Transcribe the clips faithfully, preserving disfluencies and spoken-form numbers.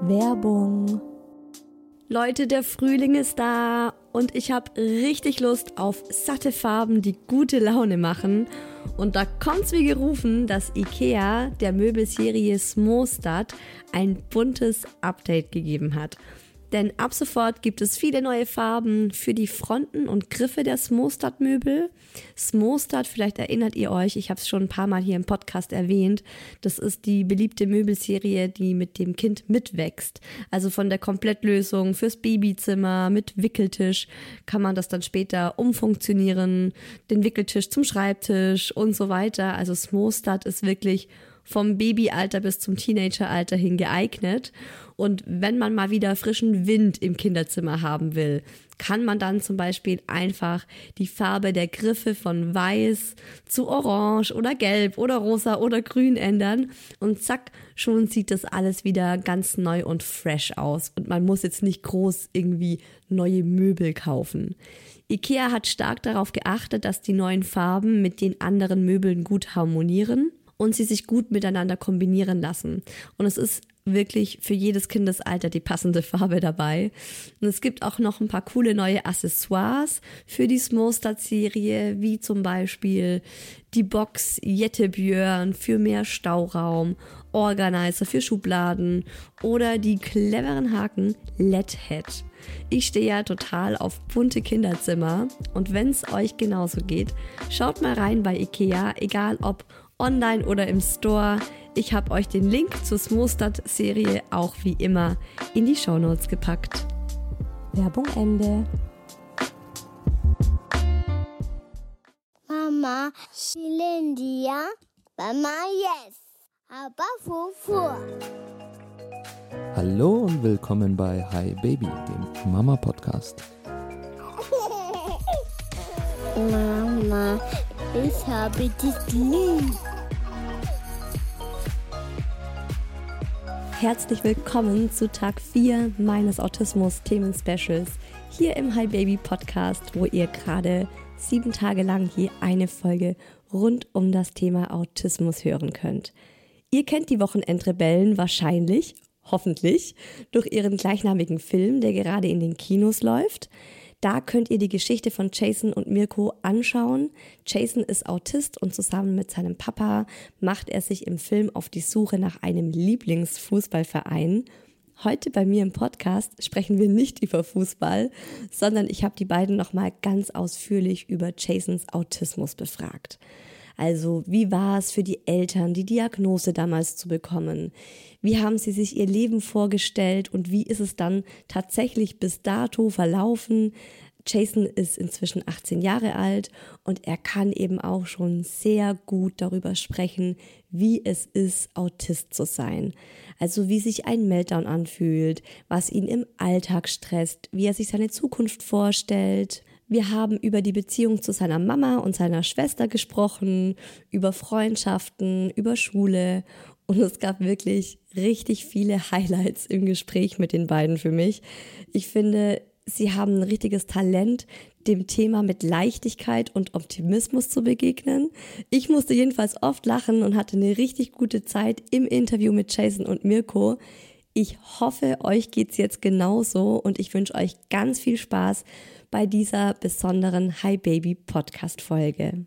Werbung. Leute, der Frühling ist da und ich habe richtig Lust auf satte Farben, die gute Laune machen. Und da kommt's wie gerufen, dass IKEA der Möbelserie Smostad ein buntes Update gegeben hat. Denn ab sofort gibt es viele neue Farben für die Fronten und Griffe der Smostad-Möbel. Smostad, vielleicht erinnert ihr euch, ich habe es schon ein paar Mal hier im Podcast erwähnt, das ist die beliebte Möbelserie, die mit dem Kind mitwächst. Also von der Komplettlösung fürs Babyzimmer mit Wickeltisch kann man das dann später umfunktionieren, den Wickeltisch zum Schreibtisch und so weiter. Also Smostad ist wirklich vom Babyalter bis zum Teenageralter hin geeignet. Und wenn man mal wieder frischen Wind im Kinderzimmer haben will, kann man dann zum Beispiel einfach die Farbe der Griffe von weiß zu orange oder gelb oder rosa oder grün ändern. Und zack, schon sieht das alles wieder ganz neu und fresh aus. Und man muss jetzt nicht groß irgendwie neue Möbel kaufen. IKEA hat stark darauf geachtet, dass die neuen Farben mit den anderen Möbeln gut harmonieren und sie sich gut miteinander kombinieren lassen. Und es ist wirklich für jedes Kindesalter die passende Farbe dabei. Und es gibt auch noch ein paar coole neue Accessoires für die Smostad-Serie, wie zum Beispiel die Box Jettebjörn für mehr Stauraum, Organizer für Schubladen oder die cleveren Haken L E D-Head. Ich stehe ja total auf bunte Kinderzimmer und wenn es euch genauso geht, schaut mal rein bei IKEA, egal ob online oder im Store. Ich habe euch den Link zur Smostad-Serie auch wie immer in die Shownotes gepackt. Werbung Ende. Mama, Shilindia, Mama, yes, aber Fufu. Hallo und willkommen bei Hi Baby, dem Mama-Podcast. Mama, ich habe dich lieb. Herzlich willkommen zu Tag vier meines Autismus-Themen-Specials hier im Hi Baby Podcast, wo ihr gerade sieben Tage lang je eine Folge rund um das Thema Autismus hören könnt. Ihr kennt die Wochenendrebellen wahrscheinlich, hoffentlich, durch ihren gleichnamigen Film, der gerade in den Kinos läuft. Da könnt ihr die Geschichte von Jason und Mirko anschauen. Jason ist Autist und zusammen mit seinem Papa macht er sich im Film auf die Suche nach einem Lieblingsfußballverein. Heute bei mir im Podcast sprechen wir nicht über Fußball, sondern ich habe die beiden nochmal ganz ausführlich über Jasons Autismus befragt. Also, wie war es für die Eltern, die Diagnose damals zu bekommen? Wie haben sie sich ihr Leben vorgestellt und wie ist es dann tatsächlich bis dato verlaufen? Jason ist inzwischen achtzehn Jahre alt und er kann eben auch schon sehr gut darüber sprechen, wie es ist, Autist zu sein. Also wie sich ein Meltdown anfühlt, was ihn im Alltag stresst, wie er sich seine Zukunft vorstellt. Wir haben über die Beziehung zu seiner Mama und seiner Schwester gesprochen, über Freundschaften, über Schule und es gab wirklich richtig viele Highlights im Gespräch mit den beiden für mich. Ich finde, sie haben ein richtiges Talent, dem Thema mit Leichtigkeit und Optimismus zu begegnen. Ich musste jedenfalls oft lachen und hatte eine richtig gute Zeit im Interview mit Jason und Mirko. Ich hoffe, euch geht's jetzt genauso und ich wünsche euch ganz viel Spaß bei dieser besonderen Hi Baby Podcast Folge.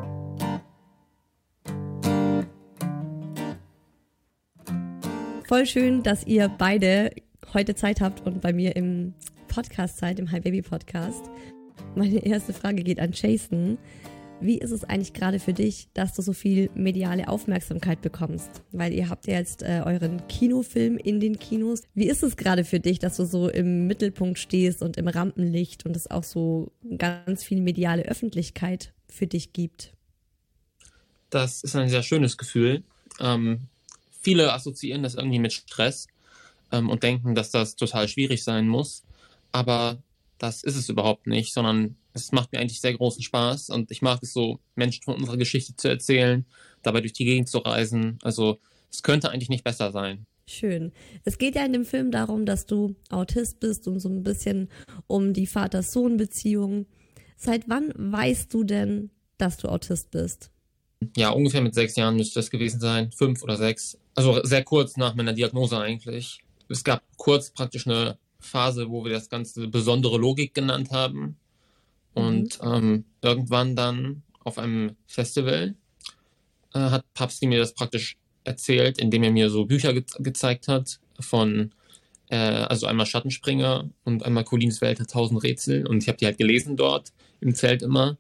Voll schön, dass ihr beide heute Zeit habt und bei mir im Podcast seid, im Hi Baby Podcast. Meine erste Frage geht an Jason. Wie ist es eigentlich gerade für dich, dass du so viel mediale Aufmerksamkeit bekommst? Weil ihr habt ja jetzt äh, euren Kinofilm in den Kinos. Wie ist es gerade für dich, dass du so im Mittelpunkt stehst und im Rampenlicht und es auch so ganz viel mediale Öffentlichkeit für dich gibt? Das ist ein sehr schönes Gefühl. Ähm, viele assoziieren das irgendwie mit Stress ähm, und denken, dass das total schwierig sein muss. Aber das ist es überhaupt nicht, sondern es macht mir eigentlich sehr großen Spaß und ich mag es so, Menschen von unserer Geschichte zu erzählen, dabei durch die Gegend zu reisen. Also es könnte eigentlich nicht besser sein. Schön. Es geht ja in dem Film darum, dass du Autist bist und so ein bisschen um die Vater-Sohn-Beziehung. Seit wann weißt du denn, dass du Autist bist? Ja, ungefähr mit sechs Jahren müsste das gewesen sein, fünf oder sechs. Also sehr kurz nach meiner Diagnose eigentlich. es gab kurz praktisch eine Phase, wo wir das Ganze besondere Logik genannt haben. Und mhm. ähm, irgendwann dann auf einem Festival äh, hat Papsti mir das praktisch erzählt, indem er mir so Bücher ge- gezeigt hat von, äh, also einmal Schattenspringer und einmal Collins Welt der tausend Rätsel. Und ich habe die halt gelesen dort im Zelt immer.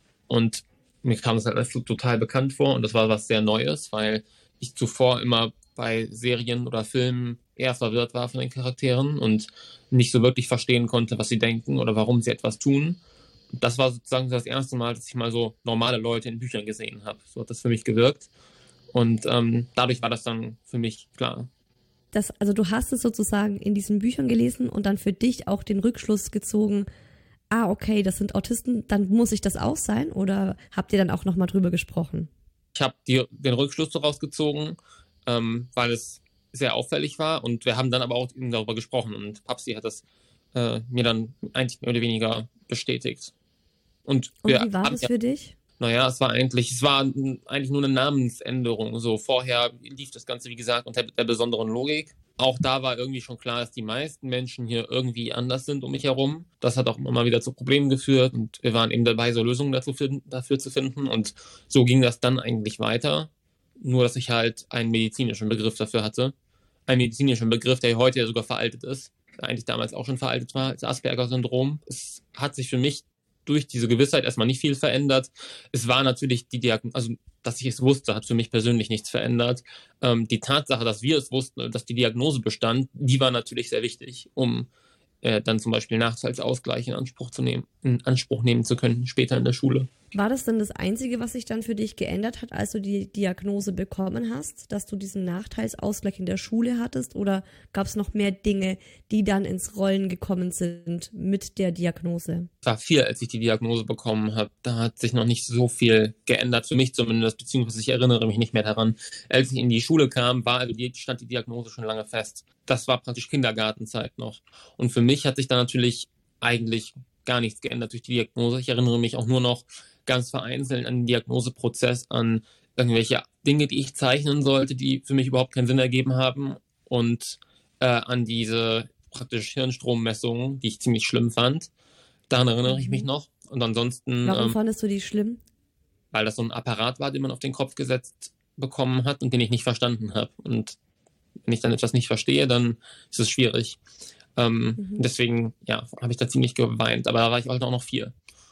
Und mir kam das halt alles total bekannt vor. Und das war was sehr Neues, weil ich zuvor immer bei Serien oder Filmen eher verwirrt war von den Charakteren und nicht so wirklich verstehen konnte, was sie denken oder warum sie etwas tun. Das war sozusagen das erste Mal, dass ich mal so normale Leute in Büchern gesehen habe. So hat das für mich gewirkt. Und ähm, dadurch war das dann für mich klar. Das, also du hast es sozusagen in diesen Büchern gelesen und dann für dich auch den Rückschluss gezogen, ah, okay, das sind Autisten, dann muss ich das auch sein? Oder habt ihr dann auch nochmal drüber gesprochen? Ich habe den Rückschluss daraus gezogen, ähm, weil es sehr auffällig war. Und wir haben dann aber auch eben darüber gesprochen. Und Papsti hat das äh, mir dann eigentlich mehr oder weniger bestätigt. Und, und wir wie war das ja, für dich? Naja, es war eigentlich, es war eigentlich nur eine Namensänderung. So vorher lief das Ganze, wie gesagt, unter der besonderen Logik. Auch da war irgendwie schon klar, dass die meisten Menschen hier irgendwie anders sind um mich herum. Das hat auch immer mal wieder zu Problemen geführt und wir waren eben dabei, so Lösungen dazu, dafür zu finden. Und so ging das dann eigentlich weiter. Nur, dass ich halt einen medizinischen Begriff dafür hatte. Einen medizinischen Begriff, der heute ja sogar veraltet ist. Der eigentlich damals auch schon veraltet war, das Asperger-Syndrom. Es hat sich für mich durch diese Gewissheit erstmal nicht viel verändert. Es war natürlich die Diagnose, also dass ich es wusste, hat für mich persönlich nichts verändert. Ähm, die Tatsache, dass wir es wussten, dass die Diagnose bestand, die war natürlich sehr wichtig, um äh, dann zum Beispiel Nachteilsausgleich in Anspruch zu nehmen, in Anspruch nehmen zu können, später in der Schule. War das denn das Einzige, was sich dann für dich geändert hat, als du die Diagnose bekommen hast, dass du diesen Nachteilsausgleich in der Schule hattest? Oder gab es noch mehr Dinge, die dann ins Rollen gekommen sind mit der Diagnose? Es war viel, als ich die Diagnose bekommen habe. Da hat sich noch nicht so viel geändert, für mich zumindest, beziehungsweise ich erinnere mich nicht mehr daran. Als ich in die Schule kam, war also die, stand die Diagnose schon lange fest. Das war praktisch Kindergartenzeit noch. Und für mich hat sich da natürlich eigentlich gar nichts geändert durch die Diagnose. Ich erinnere mich auch nur noch ganz vereinzelt an den Diagnoseprozess, an irgendwelche Dinge, die ich zeichnen sollte, die für mich überhaupt keinen Sinn ergeben haben und äh, an diese praktisch Hirnstrommessungen, die ich ziemlich schlimm fand. Daran erinnere ich mich noch. Und ansonsten... Warum ähm, fandest du die schlimm? Weil das so ein Apparat war, den man auf den Kopf gesetzt bekommen hat und den ich nicht verstanden habe. Und wenn ich dann etwas nicht verstehe, dann ist es schwierig. Ähm, mhm. Deswegen, ja, habe ich da ziemlich geweint. Aber da war ich halt auch noch vier.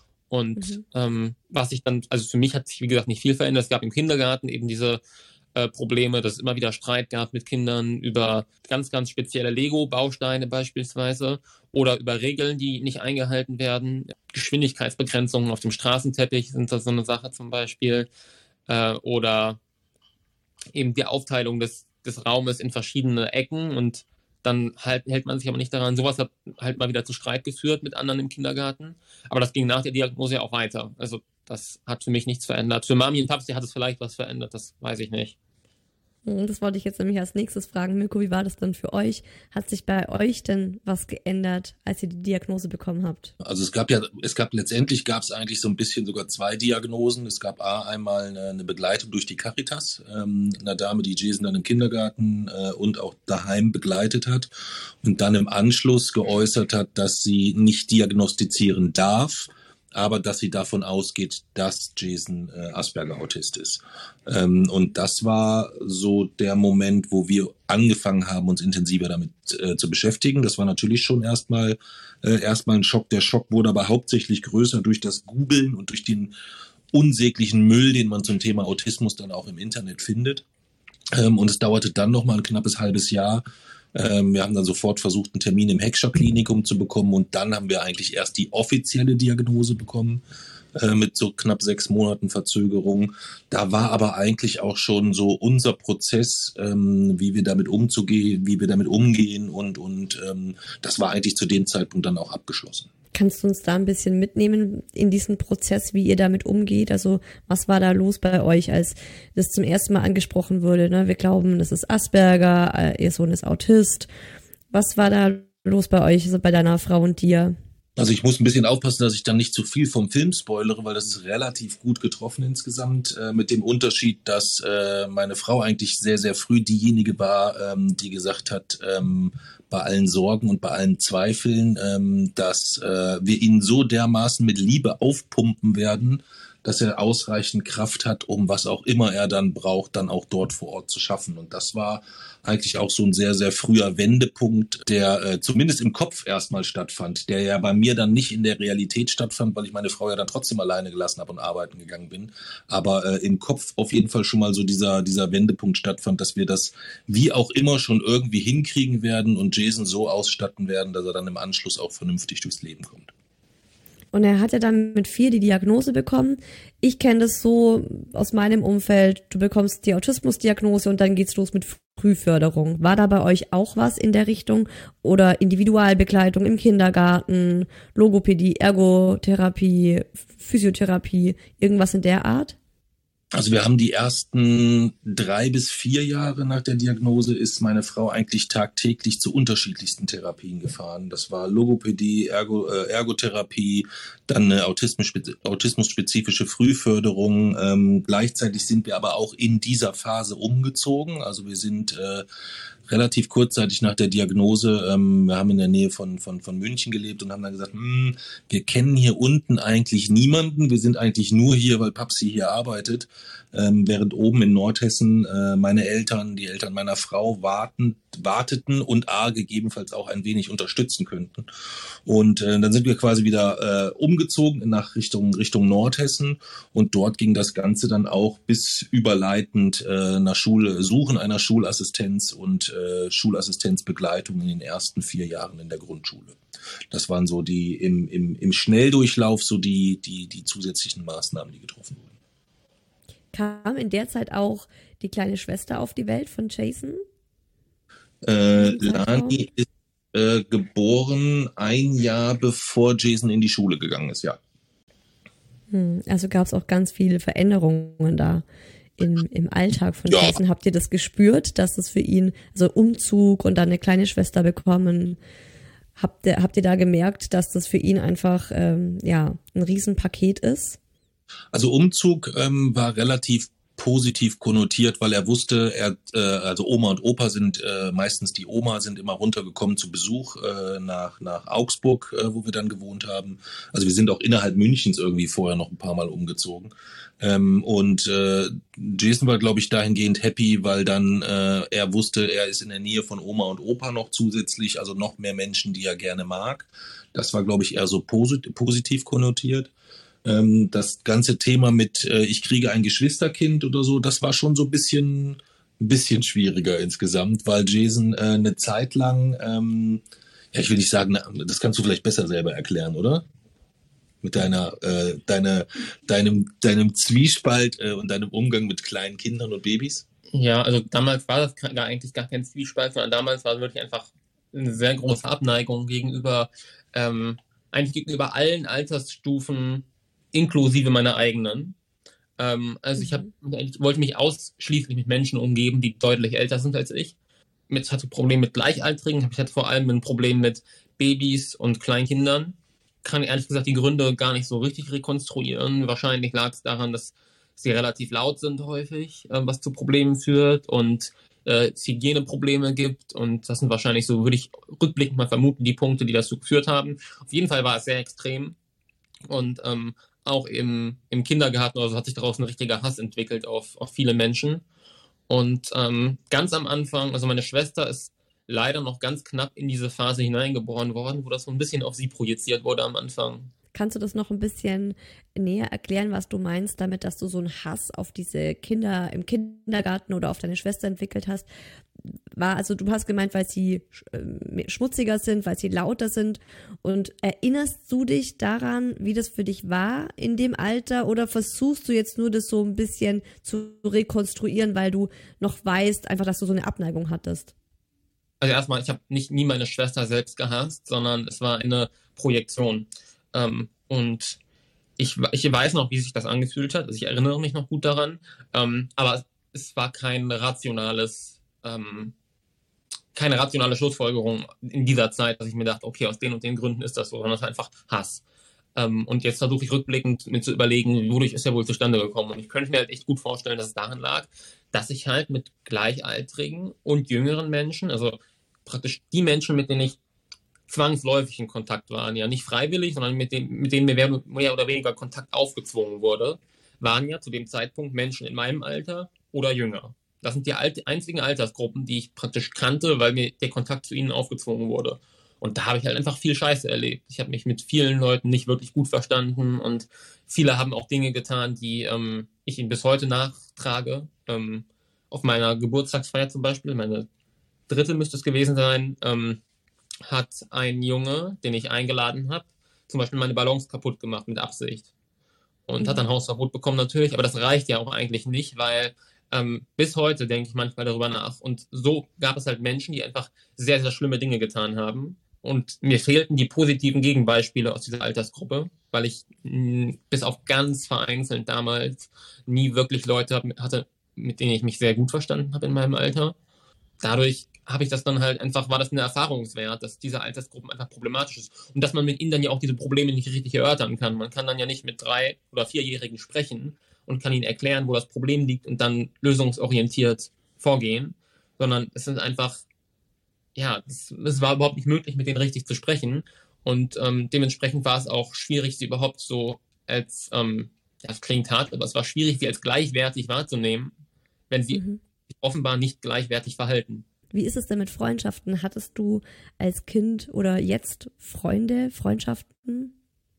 Und mhm. ähm, was ich dann, also für mich hat sich, wie gesagt, nicht viel verändert. Es gab im Kindergarten eben diese äh, Probleme, dass es immer wieder Streit gab mit Kindern über ganz, ganz spezielle Lego-Bausteine beispielsweise oder über Regeln, die nicht eingehalten werden. Geschwindigkeitsbegrenzungen auf dem Straßenteppich sind das so eine Sache zum Beispiel. Äh, oder eben die Aufteilung des, des Raumes in verschiedene Ecken und dann halt, hält man sich aber nicht daran. Sowas hat halt mal wieder zu Streit geführt mit anderen im Kindergarten. Aber das ging nach der Diagnose ja auch weiter. Also das hat für mich nichts verändert. Für Mami und Papsti hat es vielleicht was verändert, das weiß ich nicht. Das wollte ich jetzt nämlich als nächstes fragen. Mirko, wie war das denn für euch? Hat sich bei euch denn was geändert, als ihr die Diagnose bekommen habt? Also es gab ja, es gab letztendlich gab es eigentlich so ein bisschen sogar zwei Diagnosen. Es gab A, einmal eine, eine Begleitung durch die Caritas, ähm, einer Dame, die Jason dann im Kindergarten äh, und auch daheim begleitet hat und dann im Anschluss geäußert hat, dass sie nicht diagnostizieren darf, aber dass sie davon ausgeht, dass Jason äh, Asperger-Autist ist. Ähm, und das war so der Moment, wo wir angefangen haben, uns intensiver damit äh, zu beschäftigen. Das war natürlich schon erstmal äh, erstmal ein Schock. Der Schock wurde aber hauptsächlich größer durch das Googlen und durch den unsäglichen Müll, den man zum Thema Autismus dann auch im Internet findet. Ähm, und es dauerte dann noch mal ein knappes halbes Jahr. Ähm, wir haben dann sofort versucht, einen Termin im Heckscher-Klinikum zu bekommen und dann haben wir eigentlich erst die offizielle Diagnose bekommen äh, mit so knapp sechs Monaten Verzögerung. Da war aber eigentlich auch schon so unser Prozess, ähm, wie wir damit umzugehen, wie wir damit umgehen und und ähm, das war eigentlich zu dem Zeitpunkt dann auch abgeschlossen. Kannst du uns da ein bisschen mitnehmen in diesen Prozess, wie ihr damit umgeht? Also was war da los bei euch, als das zum ersten Mal angesprochen wurde? Ne? Wir glauben, das ist Asperger, ihr Sohn ist Autist. Was war da los bei euch, also bei deiner Frau und dir? Also ich muss ein bisschen aufpassen, dass ich dann nicht zu viel vom Film spoilere, weil das ist relativ gut getroffen insgesamt, äh, mit dem Unterschied, dass äh, meine Frau eigentlich sehr, sehr früh diejenige war, ähm, die gesagt hat, ähm, bei allen Sorgen und bei allen Zweifeln, ähm, dass äh, wir ihn so dermaßen mit Liebe aufpumpen werden, dass er ausreichend Kraft hat, um was auch immer er dann braucht, dann auch dort vor Ort zu schaffen. Und das war eigentlich auch so ein sehr, sehr früher Wendepunkt, der äh, zumindest im Kopf erstmal stattfand, der ja bei mir dann nicht in der Realität stattfand, weil ich meine Frau ja dann trotzdem alleine gelassen habe und arbeiten gegangen bin. Aber äh, im Kopf auf jeden Fall schon mal so dieser, dieser Wendepunkt stattfand, dass wir das wie auch immer schon irgendwie hinkriegen werden und Jason so ausstatten werden, dass er dann im Anschluss auch vernünftig durchs Leben kommt. Und er hat ja dann mit vier die Diagnose bekommen. Ich kenne das so aus meinem Umfeld. Du bekommst die Autismusdiagnose und dann geht's los mit Frühförderung. War da bei euch auch was in der Richtung? Oder Individualbegleitung im Kindergarten, Logopädie, Ergotherapie, Physiotherapie, irgendwas in der Art? Also wir haben die ersten drei bis vier Jahre nach der Diagnose ist meine Frau eigentlich tagtäglich zu unterschiedlichsten Therapien gefahren. Das war Logopädie, Ergo, äh, Ergotherapie, dann eine autismusspezifische Frühförderung. Ähm, gleichzeitig sind wir aber auch in dieser Phase umgezogen. Also wir sind äh, relativ kurzzeitig nach der Diagnose, ähm, wir haben in der Nähe von, von, von München gelebt und haben dann gesagt, hm, wir kennen hier unten eigentlich niemanden, wir sind eigentlich nur hier, weil Papsi hier arbeitet, ähm, während oben in Nordhessen äh, meine Eltern, die Eltern meiner Frau warten, warteten und A, gegebenenfalls auch ein wenig unterstützen könnten. Und äh, dann sind wir quasi wieder äh, umgezogen nach Richtung, Richtung Nordhessen und dort ging das Ganze dann auch bis überleitend äh, nach Schule, Suchen einer Schulassistenz und äh, Schulassistenzbegleitung in den ersten vier Jahren in der Grundschule. Das waren so die im, im, im Schnelldurchlauf so die, die, die zusätzlichen Maßnahmen, die getroffen wurden. Kam in der Zeit auch die kleine Schwester auf die Welt von Jason? Äh, Lani ist äh, geboren ein Jahr bevor Jason in die Schule gegangen ist, ja. Hm, also gab es auch ganz viele Veränderungen da im, im Alltag von Ja. Jason. Habt ihr das gespürt, dass es für ihn, also Umzug und dann eine kleine Schwester bekommen, habt ihr, habt ihr da gemerkt, dass das für ihn einfach ähm, ja ein Riesenpaket ist? Also Umzug ähm, war relativ positiv konnotiert, weil er wusste, er äh, also Oma und Opa sind äh, meistens die Oma sind immer runtergekommen zu Besuch äh, nach nach Augsburg, äh, wo wir dann gewohnt haben. Also wir sind auch innerhalb Münchens irgendwie vorher noch ein paar Mal umgezogen. Ähm, und äh, Jason war, glaube ich, dahingehend happy, weil dann äh, er wusste, er ist in der Nähe von Oma und Opa noch zusätzlich, also noch mehr Menschen, die er gerne mag. Das war, glaube ich, eher so posit- positiv konnotiert. Ähm, das ganze Thema mit äh, ich kriege ein Geschwisterkind oder so, das war schon so ein bisschen, ein bisschen schwieriger insgesamt, weil Jason äh, eine Zeit lang, ähm, ja, ich will nicht sagen, das kannst du vielleicht besser selber erklären, oder? Mit deiner, äh, deine, deinem, deinem Zwiespalt äh, und deinem Umgang mit kleinen Kindern und Babys? Ja, also damals war das gar, eigentlich gar kein Zwiespalt, sondern damals war es wirklich einfach eine sehr große Abneigung gegenüber, ähm, eigentlich gegenüber allen Altersstufen, inklusive meiner eigenen. Ähm, also ich, hab, ich wollte mich ausschließlich mit Menschen umgeben, die deutlich älter sind als ich. Ich hatte Probleme mit Gleichaltrigen, ich hatte vor allem ein Problem mit Babys und Kleinkindern. Kann ehrlich gesagt die Gründe gar nicht so richtig rekonstruieren. Wahrscheinlich lag es daran, dass sie relativ laut sind häufig, äh, was zu Problemen führt und äh, es Hygieneprobleme gibt. Und das sind wahrscheinlich so, würde ich rückblickend mal vermuten, die Punkte, die dazu geführt haben. Auf jeden Fall war es sehr extrem. Und ähm, auch im, im Kindergarten oder so hat sich daraus ein richtiger Hass entwickelt auf, auf viele Menschen. Und ähm, ganz am Anfang, also meine Schwester ist leider noch ganz knapp in diese Phase hineingeboren worden, wo das so ein bisschen auf sie projiziert wurde am Anfang. Kannst du das noch ein bisschen näher erklären, was du meinst, damit, dass du so einen Hass auf diese Kinder im Kindergarten oder auf deine Schwester entwickelt hast? War, also du hast gemeint, weil sie äh, schmutziger sind, weil sie lauter sind. Und erinnerst du dich daran, wie das für dich war in dem Alter? Oder versuchst du jetzt nur das so ein bisschen zu rekonstruieren, weil du noch weißt, einfach, dass du so eine Abneigung hattest? Also erstmal, ich habe nicht nie meine Schwester selbst gehasst, sondern es war eine Projektion. Ähm, und ich, ich weiß noch, wie sich das angefühlt hat. Also ich erinnere mich noch gut daran. Ähm, aber es, es war kein rationales, ähm, keine rationale Schlussfolgerung in dieser Zeit, dass ich mir dachte, okay, aus den und den Gründen ist das so, sondern es war einfach Hass. Ähm, und jetzt versuche ich rückblickend mir zu überlegen, wodurch ist er wohl zustande gekommen. Und ich könnte mir halt echt gut vorstellen, dass es daran lag, dass ich halt mit Gleichaltrigen und jüngeren Menschen, also praktisch die Menschen, mit denen ich zwangsläufig in Kontakt war, ja nicht freiwillig, sondern mit denen, mit denen mir mehr oder weniger Kontakt aufgezwungen wurde, waren ja zu dem Zeitpunkt Menschen in meinem Alter oder jünger. Das sind die alt- einzigen Altersgruppen, die ich praktisch kannte, weil mir der Kontakt zu ihnen aufgezwungen wurde. Und da habe ich halt einfach viel Scheiße erlebt. Ich habe mich mit vielen Leuten nicht wirklich gut verstanden und viele haben auch Dinge getan, die ähm, ich ihnen bis heute nachtrage. Ähm, auf meiner Geburtstagsfeier zum Beispiel, meine dritte müsste es gewesen sein, ähm, hat ein Junge, den ich eingeladen habe, zum Beispiel meine Ballons kaputt gemacht mit Absicht. Und mhm. hat dann Hausverbot bekommen natürlich, aber das reicht ja auch eigentlich nicht, weil ähm, bis heute denke ich manchmal darüber nach. Und so gab es halt Menschen, die einfach sehr, sehr schlimme Dinge getan haben. Und mir fehlten die positiven Gegenbeispiele aus dieser Altersgruppe, weil ich mh, bis auf ganz vereinzelt damals nie wirklich Leute hatte, mit denen ich mich sehr gut verstanden habe in meinem Alter. Dadurch habe ich das dann halt einfach, war das eine Erfahrungswert, dass diese Altersgruppen einfach problematisch ist. Und dass man mit ihnen dann ja auch diese Probleme nicht richtig erörtern kann. Man kann dann ja nicht mit drei- oder vierjährigen sprechen und kann ihnen erklären, wo das Problem liegt und dann lösungsorientiert vorgehen, sondern es sind einfach, ja, es, es war überhaupt nicht möglich, mit denen richtig zu sprechen. Und ähm, dementsprechend war es auch schwierig, sie überhaupt so als, ähm, das klingt hart, aber es war schwierig, sie als gleichwertig wahrzunehmen, wenn sie mhm. offenbar nicht gleichwertig verhalten. Wie ist es denn mit Freundschaften? Hattest du als Kind oder jetzt Freunde, Freundschaften?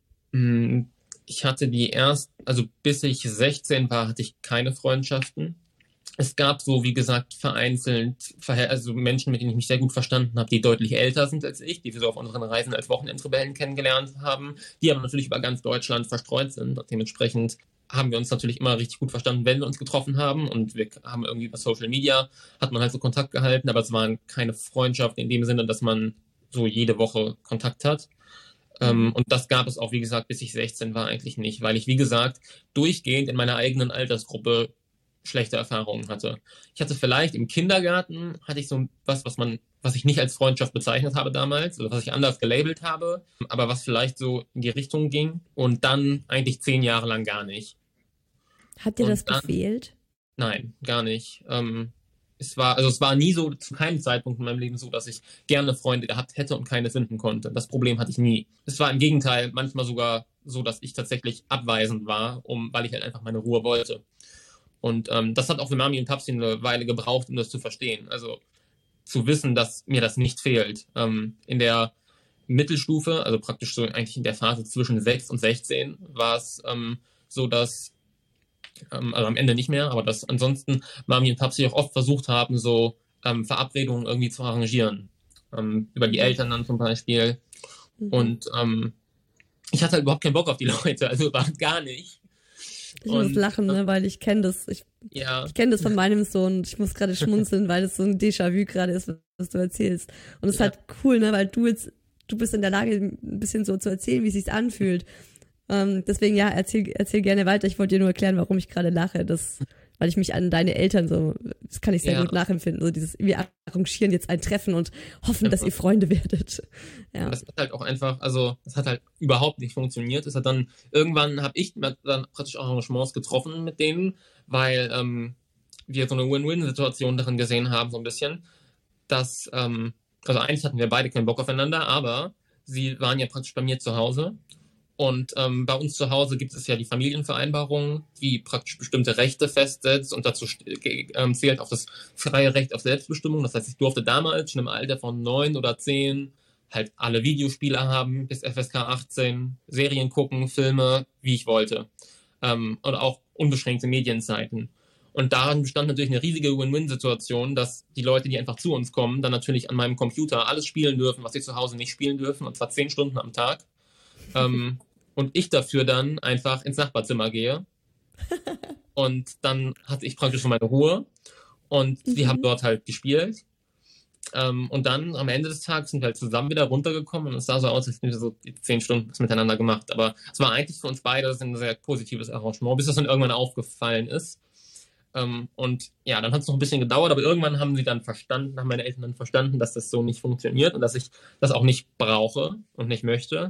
Ich hatte die erst, also bis ich sechzehn war, hatte ich keine Freundschaften. Es gab so, wie gesagt, vereinzelt, also Menschen, mit denen ich mich sehr gut verstanden habe, die deutlich älter sind als ich, die wir so auf unseren Reisen als Wochenendrebellen kennengelernt haben, die aber natürlich über ganz Deutschland verstreut sind. Und dementsprechend haben wir uns natürlich immer richtig gut verstanden, wenn wir uns getroffen haben. Und wir haben irgendwie über Social Media, hat man halt so Kontakt gehalten, aber es waren keine Freundschaften in dem Sinne, dass man so jede Woche Kontakt hat. Ähm, und das gab es auch, wie gesagt, bis ich sechzehn war eigentlich nicht, weil ich, wie gesagt, durchgehend in meiner eigenen Altersgruppe schlechte Erfahrungen hatte. Ich hatte vielleicht im Kindergarten, hatte ich so was, was man, was ich nicht als Freundschaft bezeichnet habe damals, oder was ich anders gelabelt habe, aber was vielleicht so in die Richtung ging und dann eigentlich zehn Jahre lang gar nicht. Hat dir und das dann, gefehlt? Nein, gar nicht. Ähm, es war, also es war nie so, zu keinem Zeitpunkt in meinem Leben so, dass ich gerne Freunde gehabt hätte und keine finden konnte. Das Problem hatte ich nie. Es war im Gegenteil manchmal sogar so, dass ich tatsächlich abweisend war, um, weil ich halt einfach meine Ruhe wollte. Und ähm, das hat auch für Mami und Papsi eine Weile gebraucht, um das zu verstehen. Also zu wissen, dass mir das nicht fehlt. Ähm, in der Mittelstufe, also praktisch so eigentlich in der Phase zwischen sechs und sechzehn, war es ähm, so, dass, ähm, also am Ende nicht mehr, aber dass ansonsten Mami und Papsi auch oft versucht haben, so ähm, Verabredungen irgendwie zu arrangieren. Ähm, über die Eltern dann zum Beispiel. Mhm. Und ähm, ich hatte halt überhaupt keinen Bock auf die Leute, also überhaupt gar nicht. Ich und, muss lachen, ne, weil ich kenne das. Ich, ja. ich kenne das von meinem Sohn. Ich muss gerade schmunzeln, weil es so ein Déjà-vu gerade ist, was du erzählst. Und es ja. ist halt cool, ne, weil du jetzt, du bist in der Lage, ein bisschen so zu erzählen, wie es sich anfühlt. Ähm, deswegen, ja, erzähl, erzähl gerne weiter. Ich wollte dir nur erklären, warum ich gerade lache. Das, weil ich mich an deine Eltern so, das kann ich sehr ja. gut nachempfinden. So dieses, wir arrangieren jetzt ein Treffen und hoffen, ja. dass ihr Freunde werdet. Ja. Das hat halt auch einfach, also, das hat halt überhaupt nicht funktioniert. Es hat dann, irgendwann habe ich dann praktisch Arrangements getroffen mit denen, weil ähm, wir so eine Win-Win-Situation darin gesehen haben, so ein bisschen, dass, ähm, also eigentlich hatten wir beide keinen Bock aufeinander, aber sie waren ja praktisch bei mir zu Hause. Und ähm, bei uns zu Hause gibt es ja die Familienvereinbarung, die praktisch bestimmte Rechte festsetzt und dazu äh, zählt auch das freie Recht auf Selbstbestimmung. Das heißt, ich durfte damals schon im Alter von neun oder zehn halt alle Videospiele haben, bis F S K achtzehn, Serien gucken, Filme, wie ich wollte. Ähm, und auch unbeschränkte Medienzeiten. Und daran bestand natürlich eine riesige Win-Win-Situation, dass die Leute, die einfach zu uns kommen, dann natürlich an meinem Computer alles spielen dürfen, was sie zu Hause nicht spielen dürfen, und zwar zehn Stunden am Tag. ähm, und ich dafür dann einfach ins Nachbarzimmer gehe. Und dann hatte ich praktisch schon meine Ruhe. Und mhm. die haben dort halt gespielt. Ähm, und dann am Ende des Tages sind wir halt zusammen wieder runtergekommen. Und es sah so aus, als hätten wir so zehn Stunden miteinander gemacht. Aber es war eigentlich für uns beide ein sehr positives Arrangement, bis das dann irgendwann aufgefallen ist. Ähm, und ja, dann hat es noch ein bisschen gedauert, aber irgendwann haben sie dann verstanden, haben meine Eltern dann verstanden, dass das so nicht funktioniert und dass ich das auch nicht brauche und nicht möchte.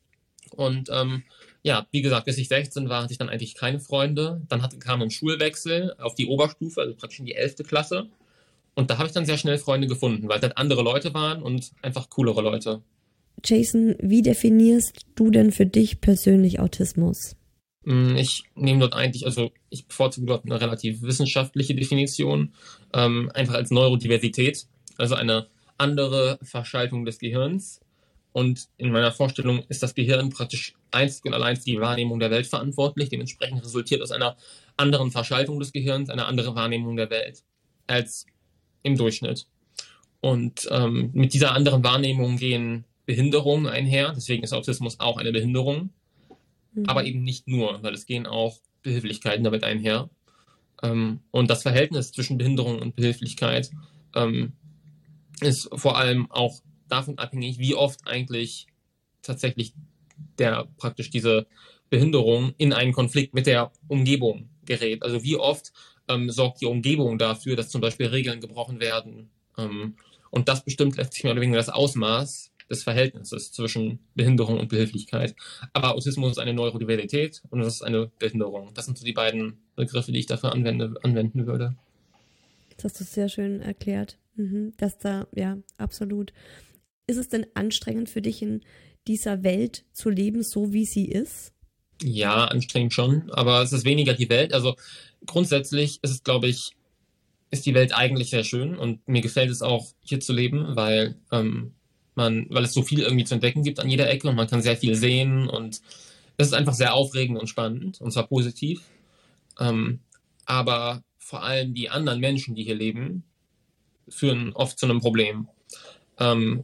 Und ähm, ja, wie gesagt, bis ich sechzehn war, hatte ich dann eigentlich keine Freunde. Dann hatte, kam ein Schulwechsel auf die Oberstufe, also praktisch in die elfte Klasse. Und da habe ich dann sehr schnell Freunde gefunden, weil es halt andere Leute waren und einfach coolere Leute. Jason, wie definierst du denn für dich persönlich Autismus? Ich nehme dort eigentlich, also ich bevorzuge dort eine relativ wissenschaftliche Definition, ähm, einfach als Neurodiversität, also eine andere Verschaltung des Gehirns. Und in meiner Vorstellung ist das Gehirn praktisch einzig und allein für die Wahrnehmung der Welt verantwortlich. Dementsprechend resultiert aus einer anderen Verschaltung des Gehirns eine andere Wahrnehmung der Welt als im Durchschnitt. Und ähm, mit dieser anderen Wahrnehmung gehen Behinderungen einher. Deswegen ist Autismus auch eine Behinderung. Mhm. Aber eben nicht nur, weil es gehen auch Behilflichkeiten damit einher. Ähm, und das Verhältnis zwischen Behinderung und Behilflichkeit ähm, ist vor allem auch davon abhängig, wie oft eigentlich tatsächlich der praktisch diese Behinderung in einen Konflikt mit der Umgebung gerät. Also wie oft ähm, sorgt die Umgebung dafür, dass zum Beispiel Regeln gebrochen werden. Ähm, und das bestimmt letztlich mehr oder weniger das Ausmaß des Verhältnisses zwischen Behinderung und Behilflichkeit. Aber Autismus ist eine Neurodiversität und das ist eine Behinderung. Das sind so die beiden Begriffe, die ich dafür anwende, anwenden würde. Das hast du sehr schön erklärt. Mhm, dass da, ja, absolut. Ist es denn anstrengend für dich, in dieser Welt zu leben, so wie sie ist? Ja, anstrengend schon, aber es ist weniger die Welt. Also grundsätzlich ist es, glaube ich, ist die Welt eigentlich sehr schön und mir gefällt es auch, hier zu leben, weil ähm, man, weil es so viel irgendwie zu entdecken gibt an jeder Ecke und man kann sehr viel sehen und es ist einfach sehr aufregend und spannend und zwar positiv. Ähm, aber vor allem die anderen Menschen, die hier leben, führen oft zu einem Problem. Ähm,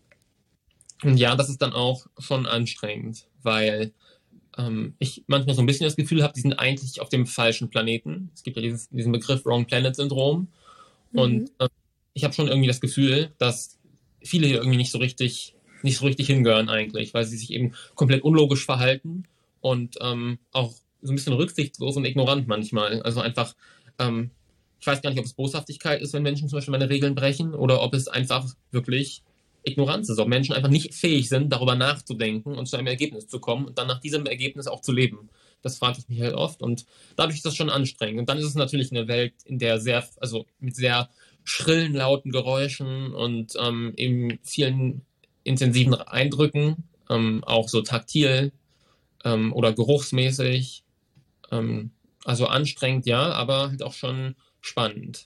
und ja, das ist dann auch schon anstrengend, weil ähm, ich manchmal so ein bisschen das Gefühl habe, die sind eigentlich auf dem falschen Planeten. Es gibt ja dieses, diesen Begriff Wrong Planet Syndrom. Mhm. Und äh, ich habe schon irgendwie das Gefühl, dass viele hier irgendwie nicht so richtig, nicht so richtig hingehören eigentlich, weil sie sich eben komplett unlogisch verhalten und ähm, auch so ein bisschen rücksichtslos und ignorant manchmal. Also einfach, ähm, ich weiß gar nicht, ob es Boshaftigkeit ist, wenn Menschen zum Beispiel meine Regeln brechen oder ob es einfach wirklich Ignoranz ist, ob Menschen einfach nicht fähig sind, darüber nachzudenken und zu einem Ergebnis zu kommen und dann nach diesem Ergebnis auch zu leben. Das frage ich mich halt oft und dadurch ist das schon anstrengend. Und dann ist es natürlich eine Welt, in der sehr, also mit sehr schrillen, lauten Geräuschen und ähm, eben vielen intensiven Eindrücken, ähm, auch so taktil ähm, oder geruchsmäßig. Ähm, also anstrengend, ja, aber halt auch schon spannend.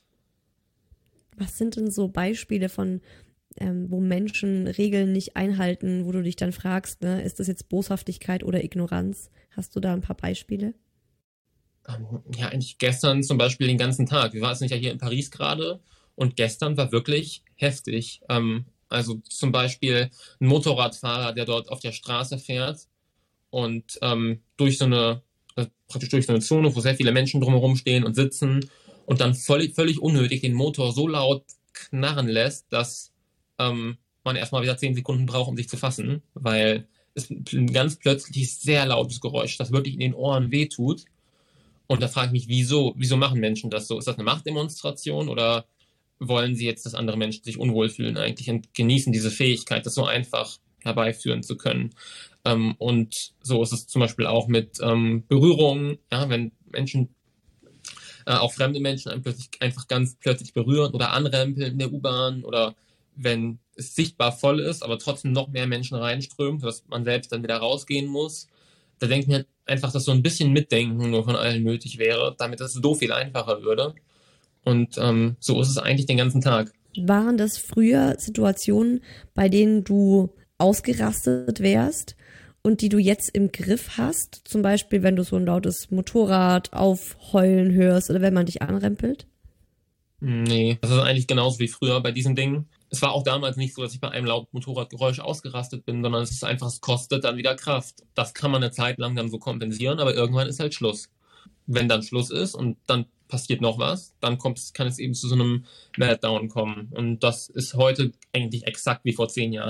Was sind denn so Beispiele von, ähm, wo Menschen Regeln nicht einhalten, wo du dich dann fragst, ne, ist das jetzt Boshaftigkeit oder Ignoranz? Hast du da ein paar Beispiele? Ähm, ja, eigentlich gestern zum Beispiel den ganzen Tag. Wir waren jetzt ja hier in Paris gerade und gestern war wirklich heftig. Ähm, also zum Beispiel ein Motorradfahrer, der dort auf der Straße fährt und ähm, durch so eine, äh, praktisch durch so eine Zone, wo sehr viele Menschen drumherum stehen und sitzen und dann völlig, völlig unnötig den Motor so laut knarren lässt, dass ähm, man erstmal wieder zehn Sekunden braucht, um sich zu fassen, weil es ein ganz plötzlich sehr lautes Geräusch, das wirklich in den Ohren wehtut. Und da frage ich mich, wieso, wieso machen Menschen das so? Ist das eine Machtdemonstration oder wollen sie jetzt, dass andere Menschen sich unwohl fühlen eigentlich und genießen diese Fähigkeit, das so einfach herbeiführen zu können? Ähm, und so ist es zum Beispiel auch mit ähm, Berührungen, ja, wenn Menschen, äh, auch fremde Menschen einen plötzlich, einfach ganz plötzlich berühren oder anrempeln in der U-Bahn oder wenn es sichtbar voll ist, aber trotzdem noch mehr Menschen reinströmen, sodass man selbst dann wieder rausgehen muss. Da denke ich mir einfach, dass so ein bisschen Mitdenken nur von allen nötig wäre, damit es so viel einfacher würde. Und ähm, so ist es eigentlich den ganzen Tag. Waren das früher Situationen, bei denen du ausgerastet wärst und die du jetzt im Griff hast? Zum Beispiel, wenn du so ein lautes Motorrad aufheulen hörst oder wenn man dich anrempelt? Nee, das ist eigentlich genauso wie früher bei diesen Dingen. Es war auch damals nicht so, dass ich bei einem lauten Motorradgeräusch ausgerastet bin, sondern es ist einfach, es kostet dann wieder Kraft. Das kann man eine Zeit lang dann so kompensieren, aber irgendwann ist halt Schluss. Wenn dann Schluss ist und dann passiert noch was, dann kommt, kann es eben zu so einem Meltdown kommen. Und das ist heute eigentlich exakt wie vor zehn Jahren.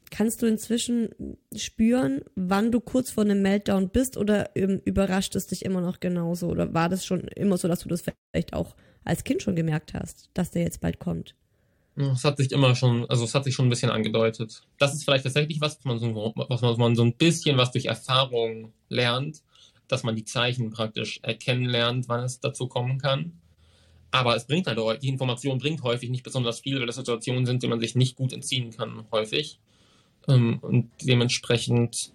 Kannst du inzwischen spüren, wann du kurz vor einem Meltdown bist oder ähm, überrascht es dich immer noch genauso? Oder war das schon immer so, dass du das vielleicht auch als Kind schon gemerkt hast, dass der jetzt bald kommt? Es hat sich immer schon, also es hat sich schon ein bisschen angedeutet. Das ist vielleicht tatsächlich was, was man so, was man, was man so ein bisschen was durch Erfahrung lernt, dass man die Zeichen praktisch erkennen lernt, wann es dazu kommen kann. Aber es bringt halt, die Information bringt häufig nicht besonders viel, weil das Situationen sind, die man sich nicht gut entziehen kann, häufig. Und dementsprechend,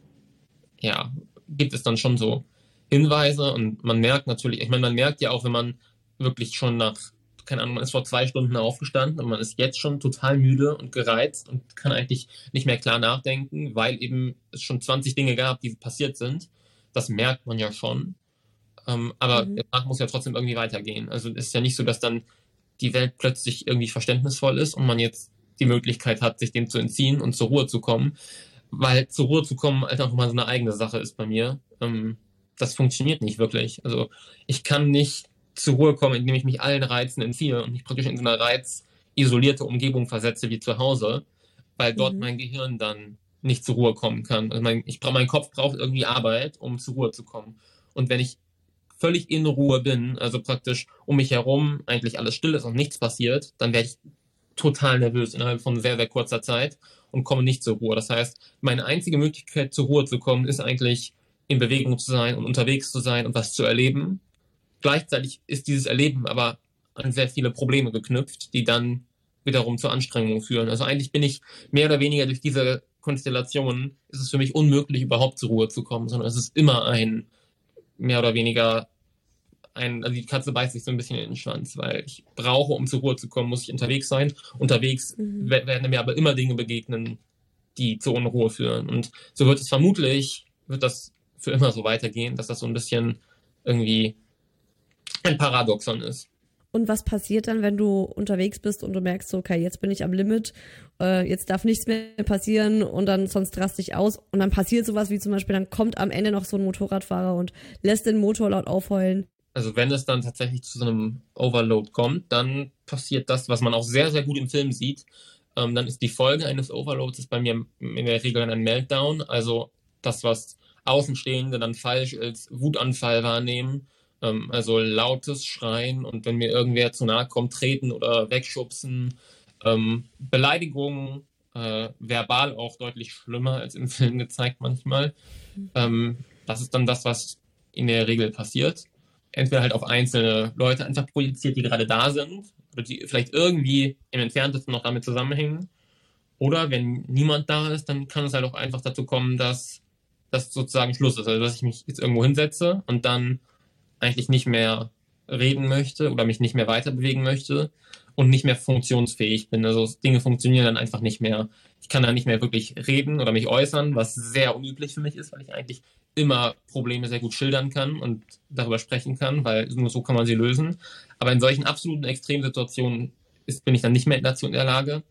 ja, gibt es dann schon so Hinweise und man merkt natürlich, ich meine, man merkt ja auch, wenn man wirklich schon nach, keine Ahnung, man ist vor zwei Stunden aufgestanden und man ist jetzt schon total müde und gereizt und kann eigentlich nicht mehr klar nachdenken, weil eben es schon zwanzig Dinge gab, die passiert sind. Das merkt man ja schon. Ähm, aber mhm. der Tag muss ja trotzdem irgendwie weitergehen. Also es ist ja nicht so, dass dann die Welt plötzlich irgendwie verständnisvoll ist und man jetzt die Möglichkeit hat, sich dem zu entziehen und zur Ruhe zu kommen. Weil zur Ruhe zu kommen halt auch mal so eine eigene Sache ist bei mir. Ähm, das funktioniert nicht wirklich. Also ich kann nicht zur Ruhe kommen, indem ich mich allen Reizen entziehe und mich praktisch in so eine reizisolierte Umgebung versetze wie zu Hause, weil dort mhm. mein Gehirn dann nicht zur Ruhe kommen kann. Also mein, ich brauche, mein Kopf braucht irgendwie Arbeit, um zur Ruhe zu kommen. Und wenn ich völlig in Ruhe bin, also praktisch um mich herum eigentlich alles still ist und nichts passiert, dann werde ich total nervös innerhalb von sehr, sehr kurzer Zeit und komme nicht zur Ruhe. Das heißt, meine einzige Möglichkeit zur Ruhe zu kommen, ist eigentlich in Bewegung zu sein und unterwegs zu sein und was zu erleben. Gleichzeitig ist dieses Erleben aber an sehr viele Probleme geknüpft, die dann wiederum zur Anstrengung führen. Also eigentlich bin ich mehr oder weniger durch diese Konstellation, ist es für mich unmöglich, überhaupt zur Ruhe zu kommen, sondern es ist immer ein mehr oder weniger ein, also die Katze beißt sich so ein bisschen in den Schwanz, weil ich brauche, um zur Ruhe zu kommen, muss ich unterwegs sein. Unterwegs mhm. werden mir aber immer Dinge begegnen, die zur Unruhe führen. Und so wird es vermutlich, wird das für immer so weitergehen, dass das so ein bisschen irgendwie ein Paradoxon ist. Und was passiert dann, wenn du unterwegs bist und du merkst, so, okay, jetzt bin ich am Limit, äh, jetzt darf nichts mehr passieren und dann sonst raste ich aus und dann passiert sowas wie zum Beispiel, dann kommt am Ende noch so ein Motorradfahrer und lässt den Motor laut aufheulen. Also wenn es dann tatsächlich zu so einem Overload kommt, dann passiert das, was man auch sehr, sehr gut im Film sieht. Ähm, dann ist die Folge eines Overloads ist bei mir in der Regel ein Meltdown, also das, was Außenstehende dann falsch als Wutanfall wahrnehmen. Also lautes Schreien und wenn mir irgendwer zu nahe kommt, treten oder wegschubsen. Ähm, Beleidigungen, äh, verbal auch deutlich schlimmer als im Film gezeigt manchmal. Ähm, das ist dann das, was in der Regel passiert. Entweder halt auf einzelne Leute einfach projiziert, die gerade da sind oder die vielleicht irgendwie im Entferntesten noch damit zusammenhängen. Oder wenn niemand da ist, dann kann es halt auch einfach dazu kommen, dass das sozusagen Schluss ist. Also dass ich mich jetzt irgendwo hinsetze und dann eigentlich nicht mehr reden möchte oder mich nicht mehr weiter bewegen möchte und nicht mehr funktionsfähig bin. Also Dinge funktionieren dann einfach nicht mehr. Ich kann dann nicht mehr wirklich reden oder mich äußern, was sehr unüblich für mich ist, weil ich eigentlich immer Probleme sehr gut schildern kann und darüber sprechen kann, weil nur so kann man sie lösen. Aber in solchen absoluten Extremsituationen ist, bin ich dann nicht mehr dazu in der Lage.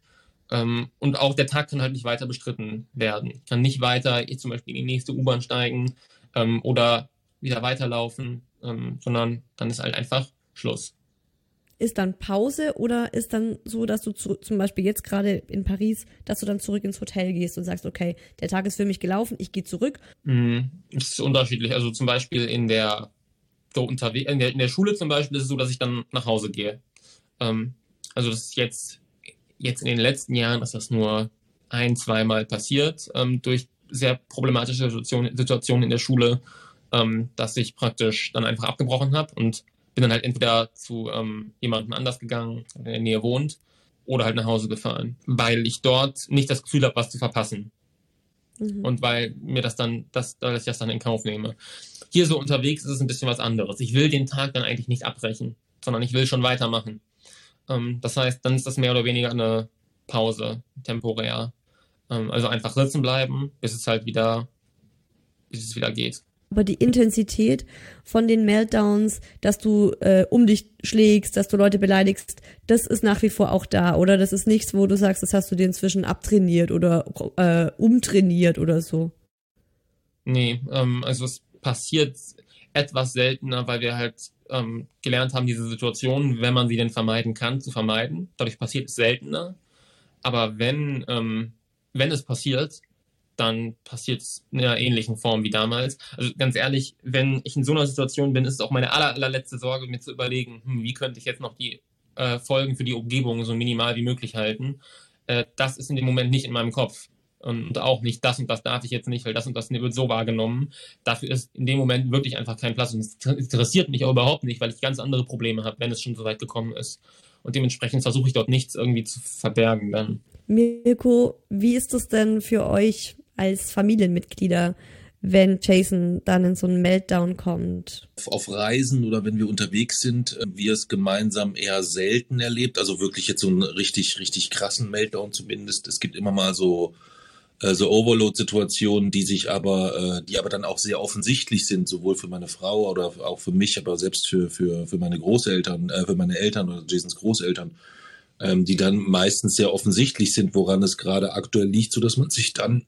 Und auch der Tag kann halt nicht weiter bestritten werden. Ich kann nicht weiter ich zum Beispiel in die nächste U-Bahn steigen oder wieder weiterlaufen. Ähm, sondern dann ist halt einfach Schluss. Ist dann Pause oder ist dann so, dass du zu, zum Beispiel jetzt gerade in Paris, dass du dann zurück ins Hotel gehst und sagst, okay, der Tag ist für mich gelaufen, ich gehe zurück? Mm, es ist unterschiedlich. Also zum Beispiel in der, so unterwe- in der, in der Schule zum Beispiel ist es so, dass ich dann nach Hause gehe. Ähm, also das ist jetzt, jetzt in den letzten Jahren ist das nur ein, zweimal passiert, ähm, durch sehr problematische Situationen, Situationen in der Schule, Ähm, dass ich praktisch dann einfach abgebrochen habe und bin dann halt entweder zu ähm, jemandem anders gegangen, der in der Nähe wohnt, oder halt nach Hause gefahren, weil ich dort nicht das Gefühl habe, was zu verpassen. Mhm. Und weil mir das dann, das, dass ich das dann in Kauf nehme. Hier so unterwegs ist es ein bisschen was anderes. Ich will den Tag dann eigentlich nicht abbrechen, sondern ich will schon weitermachen. Ähm, das heißt, dann ist das mehr oder weniger eine Pause, temporär. Ähm, also einfach sitzen bleiben, bis es halt wieder, bis es wieder geht. Aber die Intensität von den Meltdowns, dass du äh, um dich schlägst, dass du Leute beleidigst, das ist nach wie vor auch da, oder? Das ist nichts, wo du sagst, das hast du dir inzwischen abtrainiert oder äh, umtrainiert oder so. Nee, ähm, also es passiert etwas seltener, weil wir halt ähm, gelernt haben, diese Situationen, wenn man sie denn vermeiden kann, zu vermeiden. Dadurch passiert es seltener. Aber wenn ähm, wenn es passiert, dann passiert es in einer ähnlichen Form wie damals. Also ganz ehrlich, wenn ich in so einer Situation bin, ist es auch meine aller, allerletzte Sorge, mir zu überlegen, hm, wie könnte ich jetzt noch die äh, Folgen für die Umgebung so minimal wie möglich halten. Äh, das ist in dem Moment nicht in meinem Kopf. Und auch nicht, das und das darf ich jetzt nicht, weil das und das wird so wahrgenommen. Dafür ist in dem Moment wirklich einfach kein Platz. Und es interessiert mich auch überhaupt nicht, weil ich ganz andere Probleme habe, wenn es schon so weit gekommen ist. Und dementsprechend versuche ich dort nichts irgendwie zu verbergen dann. Mirko, wie ist das denn für euch als Familienmitglieder, wenn Jason dann in so einen Meltdown kommt? Auf Reisen oder wenn wir unterwegs sind, wir es gemeinsam eher selten erlebt. Also wirklich jetzt so einen richtig, richtig krassen Meltdown zumindest. Es gibt immer mal so, äh, so Overload-Situationen, die sich aber, äh, die aber dann auch sehr offensichtlich sind, sowohl für meine Frau oder auch für mich, aber selbst für, für, für meine Großeltern, äh, für meine Eltern oder Jasons Großeltern, ähm, die dann meistens sehr offensichtlich sind, woran es gerade aktuell liegt, sodass man sich dann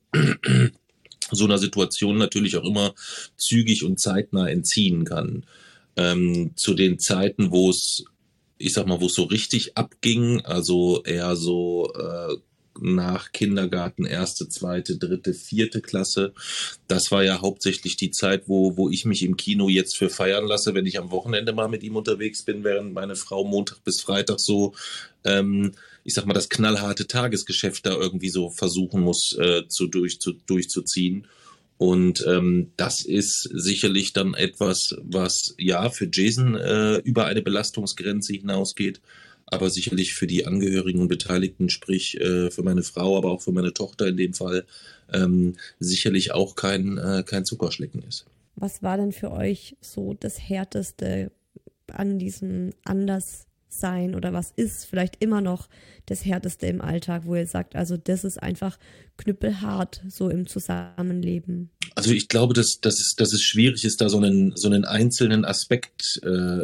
so einer Situation natürlich auch immer zügig und zeitnah entziehen kann. Ähm, zu den Zeiten, wo es, ich sag mal, wo es so richtig abging, also eher so äh, nach Kindergarten, erste, zweite, dritte, vierte Klasse, das war ja hauptsächlich die Zeit, wo, wo ich mich im Kino jetzt für feiern lasse, wenn ich am Wochenende mal mit ihm unterwegs bin, während meine Frau Montag bis Freitag so ähm, ich sag mal, das knallharte Tagesgeschäft da irgendwie so versuchen muss äh, zu, durch, zu, durchzuziehen. Und ähm, das ist sicherlich dann etwas, was ja für Jason äh, über eine Belastungsgrenze hinausgeht, aber sicherlich für die Angehörigen und Beteiligten, sprich äh, für meine Frau, aber auch für meine Tochter in dem Fall, ähm, sicherlich auch kein, äh, kein Zuckerschlecken ist. Was war denn für euch so das Härteste an diesem Anders sein oder was ist vielleicht immer noch das Härteste im Alltag, wo ihr sagt, also das ist einfach knüppelhart so im Zusammenleben? Also ich glaube, dass, dass, es, dass es schwierig ist, da so einen, so einen einzelnen Aspekt,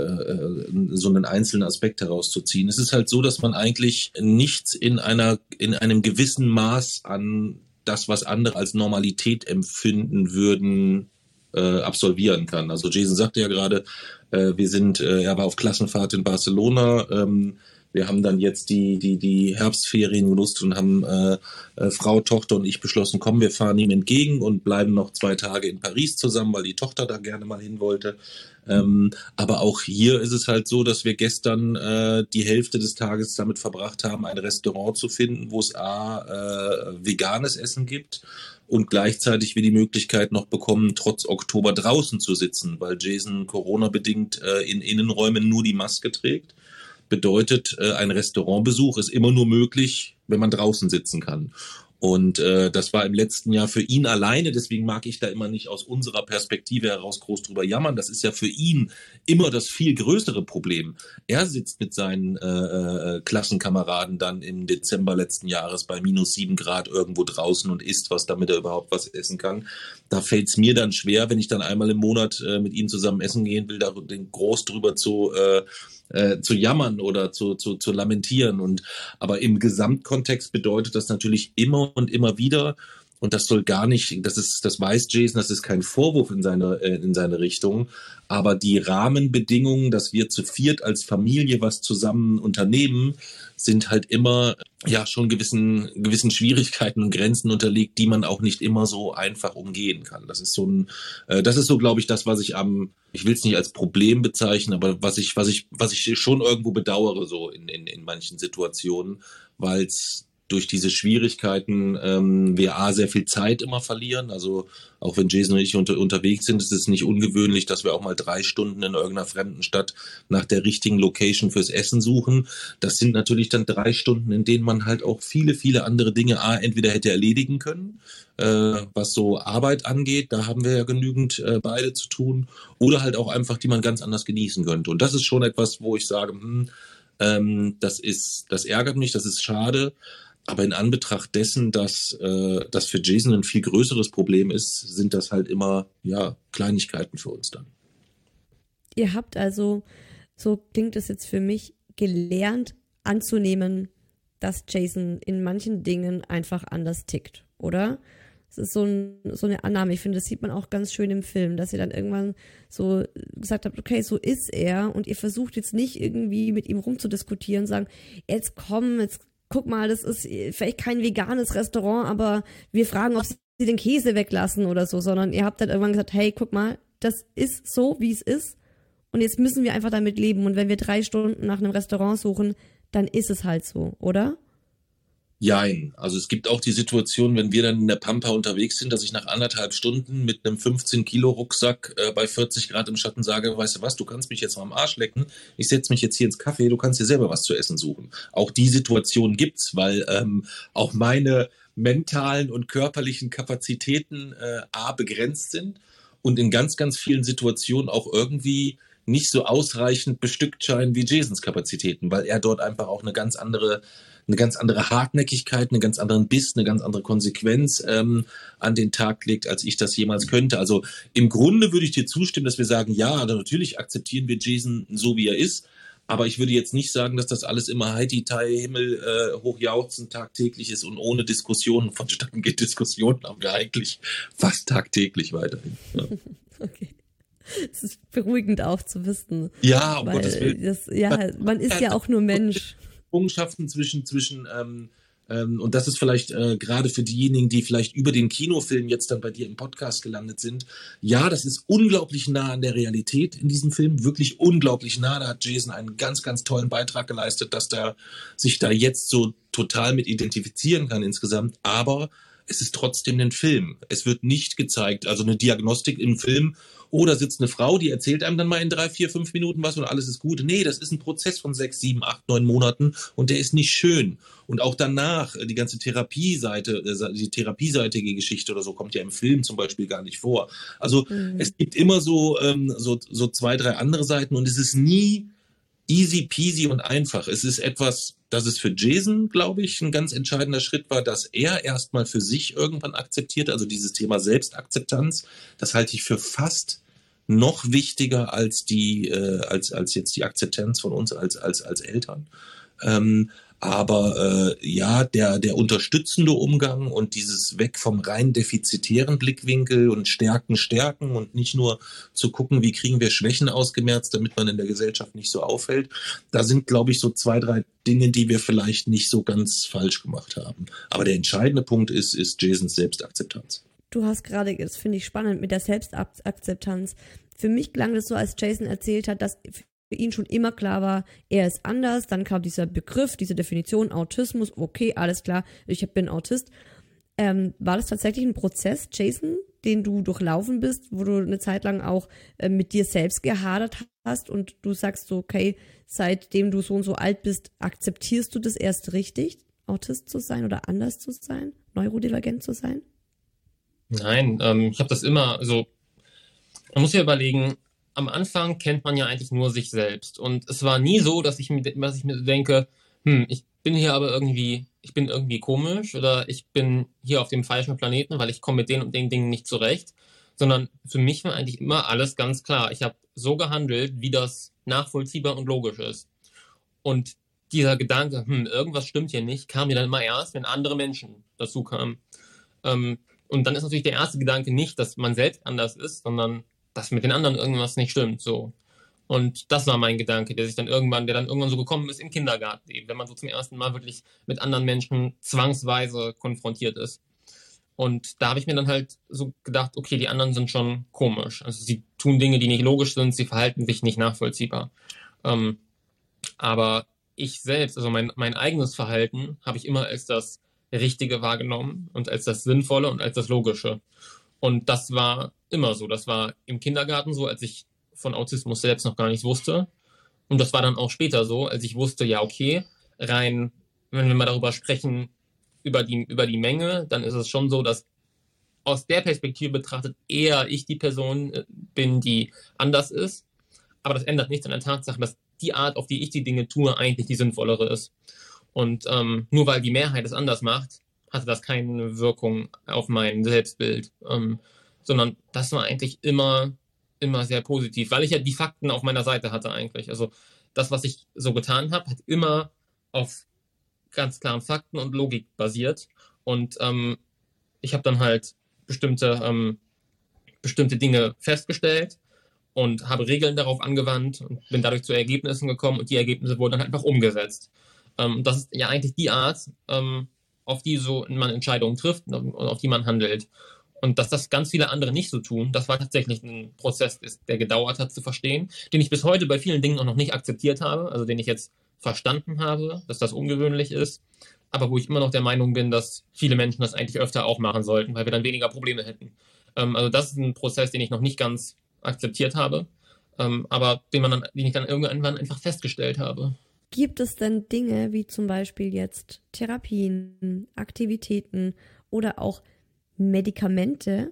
äh, so einen einzelnen Aspekt herauszuziehen. Es ist halt so, dass man eigentlich nichts in einer, in einem gewissen Maß an das, was andere als Normalität empfinden würden, äh, absolvieren kann. Also Jason sagte ja gerade, äh, wir sind, äh, er war auf Klassenfahrt in Barcelona. Ähm, wir haben dann jetzt die die die Herbstferien genutzt und haben äh, äh, Frau, Tochter und ich beschlossen, komm, wir fahren ihm entgegen und bleiben noch zwei Tage in Paris zusammen, weil die Tochter da gerne mal hin wollte. Ähm, aber auch hier ist es halt so, dass wir gestern äh, die Hälfte des Tages damit verbracht haben, ein Restaurant zu finden, wo es a äh, veganes Essen gibt und gleichzeitig wir die Möglichkeit noch bekommen, trotz Oktober draußen zu sitzen, weil Jason Corona-bedingt äh, in Innenräumen nur die Maske trägt. Bedeutet, äh, ein Restaurantbesuch ist immer nur möglich, wenn man draußen sitzen kann. Und äh, das war im letzten Jahr für ihn alleine, deswegen mag ich da immer nicht aus unserer Perspektive heraus groß drüber jammern. Das ist ja für ihn immer das viel größere Problem. Er sitzt mit seinen äh, Klassenkameraden dann im Dezember letzten Jahres bei minus sieben Grad irgendwo draußen und isst was, damit er überhaupt was essen kann. Da fällt es mir dann schwer, wenn ich dann einmal im Monat äh, mit ihm zusammen essen gehen will, da den groß drüber zu äh, Äh, zu jammern oder zu, zu, zu lamentieren. Und aber im Gesamtkontext bedeutet das natürlich immer und immer wieder, und das soll gar nicht, das ist, das weiß Jason, das ist kein Vorwurf in seine, äh, in seine Richtung, aber die Rahmenbedingungen, dass wir zu viert als Familie was zusammen unternehmen, sind halt immer ja schon gewissen gewissen Schwierigkeiten und Grenzen unterlegt, die man auch nicht immer so einfach umgehen kann. Das ist so ein, äh, das ist so, glaube ich, das, was ich am, ich will es nicht als Problem bezeichnen, aber was ich, was ich, was ich schon irgendwo bedauere so in in, in manchen Situationen, weil es durch diese Schwierigkeiten ähm, wir A, sehr viel Zeit immer verlieren. Also auch wenn Jason und ich unter, unterwegs sind, ist es nicht ungewöhnlich, dass wir auch mal drei Stunden in irgendeiner fremden Stadt nach der richtigen Location fürs Essen suchen. Das sind natürlich dann drei Stunden, in denen man halt auch viele, viele andere Dinge A, entweder hätte erledigen können, äh, was so Arbeit angeht, da haben wir ja genügend äh, beide zu tun, oder halt auch einfach, die man ganz anders genießen könnte. Und das ist schon etwas, wo ich sage, hm, ähm, das ist, das ärgert mich, das ist schade. Aber in Anbetracht dessen, dass äh, das für Jason ein viel größeres Problem ist, sind das halt immer ja Kleinigkeiten für uns dann. Ihr habt also, so klingt es jetzt für mich, gelernt anzunehmen, dass Jason in manchen Dingen einfach anders tickt, oder? Es ist so, ein, so eine Annahme. Ich finde, das sieht man auch ganz schön im Film, dass ihr dann irgendwann so gesagt habt, okay, so ist er, und ihr versucht jetzt nicht irgendwie mit ihm rumzudiskutieren, sagen, jetzt komm, jetzt guck mal, das ist vielleicht kein veganes Restaurant, aber wir fragen, ob sie den Käse weglassen oder so, sondern ihr habt dann irgendwann gesagt, hey, guck mal, das ist so, wie es ist und jetzt müssen wir einfach damit leben und wenn wir drei Stunden nach einem Restaurant suchen, dann ist es halt so, oder? Jein. Also es gibt auch die Situation, wenn wir dann in der Pampa unterwegs sind, dass ich nach anderthalb Stunden mit einem fünfzehn Kilo Rucksack äh, bei vierzig Grad im Schatten sage, weißt du was, du kannst mich jetzt mal am Arsch lecken, ich setze mich jetzt hier ins Café, du kannst dir selber was zu essen suchen. Auch die Situation gibt's, weil ähm, auch meine mentalen und körperlichen Kapazitäten äh, a begrenzt sind und in ganz, ganz vielen Situationen auch irgendwie nicht so ausreichend bestückt scheinen wie Jasons Kapazitäten, weil er dort einfach auch eine ganz andere eine ganz andere Hartnäckigkeit, einen ganz anderen Biss, eine ganz andere Konsequenz ähm, an den Tag legt, als ich das jemals könnte. Also im Grunde würde ich dir zustimmen, dass wir sagen, ja, natürlich akzeptieren wir Jason so, wie er ist, aber ich würde jetzt nicht sagen, dass das alles immer Heidi-Tai, Himmel, äh, hochjauchzend tagtäglich ist und ohne Diskussionen vonstatten geht. Diskussionen haben wir eigentlich fast tagtäglich weiterhin. Ja. Okay. Es ist beruhigend auch zu wissen. Ja, um weil Gottes Willen. Das, ja, man ist ja auch nur Mensch. Schaffen zwischen, zwischen ähm, ähm, und das ist vielleicht äh, gerade für diejenigen, die vielleicht über den Kinofilm jetzt dann bei dir im Podcast gelandet sind, ja, das ist unglaublich nah an der Realität in diesem Film, wirklich unglaublich nah, da hat Jason einen ganz, ganz tollen Beitrag geleistet, dass der sich da jetzt so total mit identifizieren kann insgesamt, aber es ist trotzdem ein Film, es wird nicht gezeigt, also eine Diagnostik im Film. Oder sitzt eine Frau, die erzählt einem dann mal in drei, vier, fünf Minuten was und alles ist gut. Nee, das ist ein Prozess von sechs, sieben, acht, neun Monaten und der ist nicht schön. Und auch danach, die ganze Therapieseite, die therapieseitige Geschichte oder so kommt ja im Film zum Beispiel gar nicht vor. Also mhm. es gibt immer so, ähm, so, so zwei, drei andere Seiten und es ist nie easy peasy und einfach. Es ist etwas, dass es für Jason, glaube ich, ein ganz entscheidender Schritt war, dass er erstmal für sich irgendwann akzeptiert, also dieses Thema Selbstakzeptanz, das halte ich für fast noch wichtiger als die, äh, als, als jetzt die Akzeptanz von uns als, als, als Eltern. Ähm, aber äh, ja, der, der unterstützende Umgang und dieses weg vom rein defizitären Blickwinkel und Stärken, Stärken und nicht nur zu gucken, wie kriegen wir Schwächen ausgemerzt, damit man in der Gesellschaft nicht so auffällt. Da sind, glaube ich, so zwei, drei Dinge, die wir vielleicht nicht so ganz falsch gemacht haben. Aber der entscheidende Punkt ist, ist Jasons Selbstakzeptanz. Du hast gerade, das finde ich spannend, mit der Selbstakzeptanz. Für mich klang das so, als Jason erzählt hat, dass für ihn schon immer klar war, er ist anders. Dann kam dieser Begriff, diese Definition Autismus. Okay, alles klar, ich bin Autist. Ähm, war das tatsächlich ein Prozess, Jason, den du durchlaufen bist, wo du eine Zeit lang auch äh, mit dir selbst gehadert hast und du sagst so, okay, seitdem du so und so alt bist, akzeptierst du das erst richtig, Autist zu sein oder anders zu sein, neurodivergent zu sein? Nein, ähm, ich habe das immer, also man muss ja überlegen, am Anfang kennt man ja eigentlich nur sich selbst. Und es war nie so, dass ich mir, dass ich mir denke, hm, ich bin hier aber irgendwie, ich bin irgendwie komisch oder ich bin hier auf dem falschen Planeten, weil ich komme mit den und den Dingen nicht zurecht. Sondern für mich war eigentlich immer alles ganz klar. Ich habe so gehandelt, wie das nachvollziehbar und logisch ist. Und dieser Gedanke, hm, irgendwas stimmt hier nicht, kam mir dann immer erst, wenn andere Menschen dazu kamen. Ähm, und dann ist natürlich der erste Gedanke nicht, dass man selbst anders ist, sondern dass mit den anderen irgendwas nicht stimmt, so. Und das war mein Gedanke, der sich dann irgendwann, der dann irgendwann so gekommen ist im Kindergarten, eben, wenn man so zum ersten Mal wirklich mit anderen Menschen zwangsweise konfrontiert ist. Und da habe ich mir dann halt so gedacht, okay, die anderen sind schon komisch. Also sie tun Dinge, die nicht logisch sind, sie verhalten sich nicht nachvollziehbar. Ähm, aber ich selbst, also mein, mein eigenes Verhalten, habe ich immer als das Richtige wahrgenommen und als das Sinnvolle und als das Logische. Und das war immer so. Das war im Kindergarten so, als ich von Autismus selbst noch gar nichts wusste. Und das war dann auch später so, als ich wusste, ja, okay, rein, wenn wir mal darüber sprechen, über die, über die Menge, dann ist es schon so, dass aus der Perspektive betrachtet eher ich die Person bin, die anders ist. Aber das ändert nichts an der Tatsache, dass die Art, auf die ich die Dinge tue, eigentlich die sinnvollere ist. Und ähm, nur weil die Mehrheit es anders macht, hatte das keine Wirkung auf mein Selbstbild, ähm, sondern das war eigentlich immer, immer sehr positiv, weil ich ja die Fakten auf meiner Seite hatte eigentlich. Also das, was ich so getan habe, hat immer auf ganz klaren Fakten und Logik basiert und ähm, ich habe dann halt bestimmte, ähm, bestimmte Dinge festgestellt und habe Regeln darauf angewandt und bin dadurch zu Ergebnissen gekommen und die Ergebnisse wurden dann einfach umgesetzt. Ähm, das ist ja eigentlich die Art, ähm, auf die so man Entscheidungen trifft und auf die man handelt. Und dass das ganz viele andere nicht so tun, das war tatsächlich ein Prozess, der gedauert hat zu verstehen, den ich bis heute bei vielen Dingen auch noch nicht akzeptiert habe, also den ich jetzt verstanden habe, dass das ungewöhnlich ist, aber wo ich immer noch der Meinung bin, dass viele Menschen das eigentlich öfter auch machen sollten, weil wir dann weniger Probleme hätten. Ähm, also das ist ein Prozess, den ich noch nicht ganz akzeptiert habe, ähm, aber den, man dann, den ich dann irgendwann einfach festgestellt habe. Gibt es denn Dinge wie zum Beispiel jetzt Therapien, Aktivitäten oder auch Medikamente,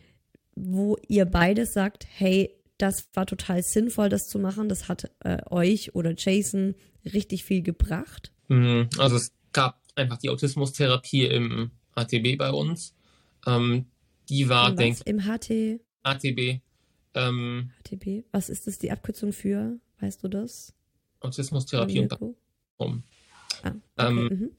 wo ihr beide sagt, hey, das war total sinnvoll, das zu machen, das hat äh, euch oder Jason richtig viel gebracht? Also es gab einfach die Autismustherapie im A T B bei uns. Ähm, die war, denke ich... Im H T? A T B. Ähm, A T B? Was ist das die Abkürzung für? Weißt du das? Autismustherapie und um. ah, okay. ähm, mhm.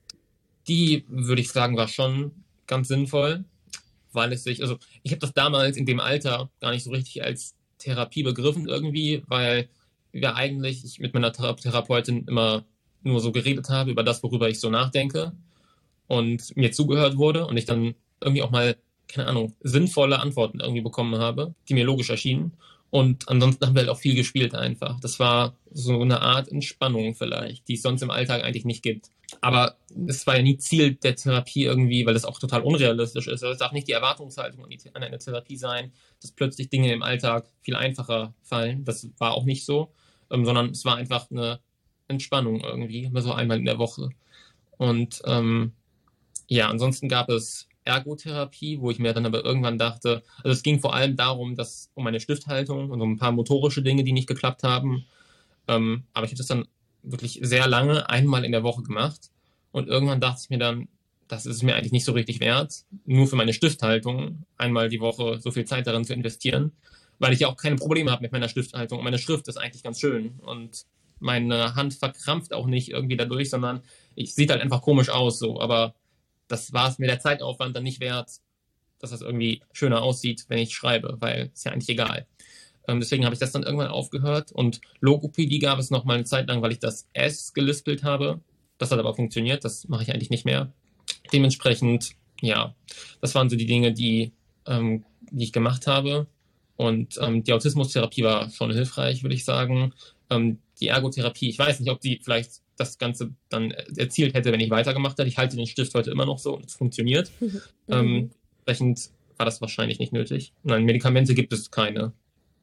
Die, würde ich sagen, war schon ganz sinnvoll, weil es sich, also ich habe das damals in dem Alter gar nicht so richtig als Therapie begriffen irgendwie, weil wir eigentlich, ich mit meiner Thera- Therapeutin immer nur so geredet habe über das, worüber ich so nachdenke und mir zugehört wurde und ich dann irgendwie auch mal, keine Ahnung, sinnvolle Antworten irgendwie bekommen habe, die mir logisch erschienen. Und ansonsten haben wir halt auch viel gespielt einfach. Das war so eine Art Entspannung vielleicht, die es sonst im Alltag eigentlich nicht gibt. Aber es war ja nie Ziel der Therapie irgendwie, weil das auch total unrealistisch ist. Es darf nicht die Erwartungshaltung an eine Therapie sein, dass plötzlich Dinge im Alltag viel einfacher fallen. Das war auch nicht so, ähm, sondern es war einfach eine Entspannung irgendwie, immer so einmal in der Woche. Und ähm, ja, ansonsten gab es Ergotherapie, wo ich mir dann aber irgendwann dachte, also es ging vor allem darum, dass um meine Stifthaltung und um ein paar motorische Dinge, die nicht geklappt haben. Ähm, aber ich habe das dann wirklich sehr lange, einmal in der Woche gemacht. Und irgendwann dachte ich mir dann, das ist mir eigentlich nicht so richtig wert, nur für meine Stifthaltung einmal die Woche so viel Zeit darin zu investieren, weil ich ja auch keine Probleme habe mit meiner Stifthaltung. Und meine Schrift ist eigentlich ganz schön. Und meine Hand verkrampft auch nicht irgendwie dadurch, sondern ich sieht halt einfach komisch aus so. Aber das war es mir der Zeitaufwand dann nicht wert, dass das irgendwie schöner aussieht, wenn ich schreibe, weil es ja eigentlich egal. Ähm, deswegen habe ich das dann irgendwann aufgehört und Logopädie gab es noch mal eine Zeit lang, weil ich das S gelispelt habe. Das hat aber funktioniert, das mache ich eigentlich nicht mehr. Dementsprechend, ja, das waren so die Dinge, die, ähm, die ich gemacht habe. Und ähm, die Autismustherapie war schon hilfreich, würde ich sagen. Ähm, die Ergotherapie, ich weiß nicht, ob die vielleicht das Ganze dann erzielt hätte, wenn ich weitergemacht hätte. Ich halte den Stift heute immer noch so und es funktioniert. Mhm. Ähm, entsprechend war das wahrscheinlich nicht nötig. Nein, Medikamente gibt es keine.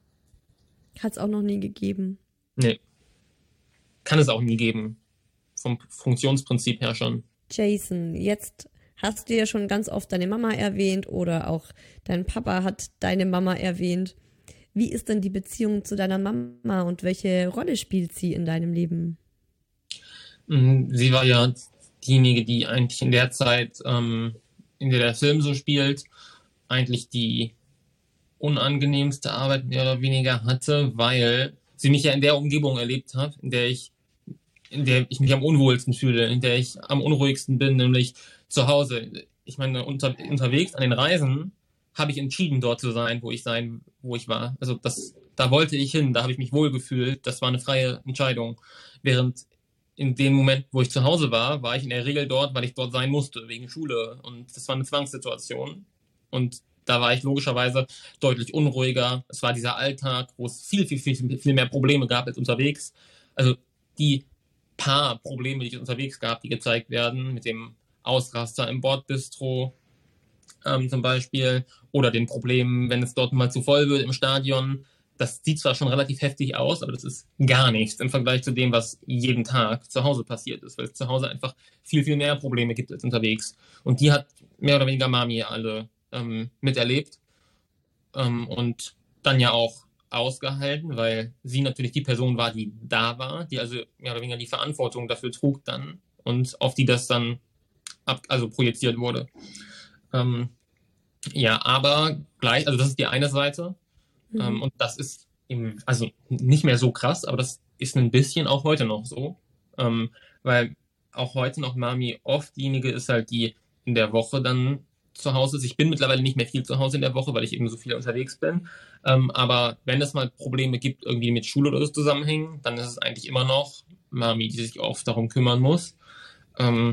Hat es auch noch nie gegeben. Nee. Kann es auch nie geben. Vom Funktionsprinzip her schon. Jason, jetzt hast du ja schon ganz oft deine Mama erwähnt oder auch dein Papa hat deine Mama erwähnt. Wie ist denn die Beziehung zu deiner Mama und welche Rolle spielt sie in deinem Leben? Sie war ja diejenige, die eigentlich in der Zeit, ähm, in der der Film so spielt, eigentlich die unangenehmste Arbeit mehr oder weniger hatte, weil sie mich ja in der Umgebung erlebt hat, in der ich, in der ich mich am unwohlsten fühle, in der ich am unruhigsten bin, nämlich zu Hause. Ich meine, unter, unterwegs an den Reisen habe ich entschieden, dort zu sein, wo ich sein, wo ich war. Also das, da wollte ich hin, da habe ich mich wohlgefühlt. Das war eine freie Entscheidung. Während in dem Moment, wo ich zu Hause war, war ich in der Regel dort, weil ich dort sein musste, wegen Schule. Und das war eine Zwangssituation. Und da war ich logischerweise deutlich unruhiger. Es war dieser Alltag, wo es viel, viel, viel, viel mehr Probleme gab als unterwegs. Also die paar Probleme, die es unterwegs gab, die gezeigt werden, mit dem Ausraster im Bordbistro ähm, zum Beispiel, oder den Problemen, wenn es dort mal zu voll wird im Stadion. Das sieht zwar schon relativ heftig aus, aber das ist gar nichts im Vergleich zu dem, was jeden Tag zu Hause passiert ist, weil es zu Hause einfach viel, viel mehr Probleme gibt als unterwegs. Und die hat mehr oder weniger Mami alle ähm, miterlebt ähm, und dann ja auch ausgehalten, weil sie natürlich die Person war, die da war, die also mehr oder weniger die Verantwortung dafür trug dann und auf die das dann ab, also projiziert wurde. Ähm, ja, aber gleich, also das ist die eine Seite. Mhm. Ähm, und das ist eben, also nicht mehr so krass, aber das ist ein bisschen auch heute noch so. Ähm, weil auch heute noch Mami oft diejenige ist halt, die in der Woche dann zu Hause ist. Ich bin mittlerweile nicht mehr viel zu Hause in der Woche, weil ich eben so viel unterwegs bin. Ähm, aber wenn es mal Probleme gibt, irgendwie mit Schule oder so zusammenhängen, dann ist es eigentlich immer noch Mami, die sich oft darum kümmern muss. Ähm,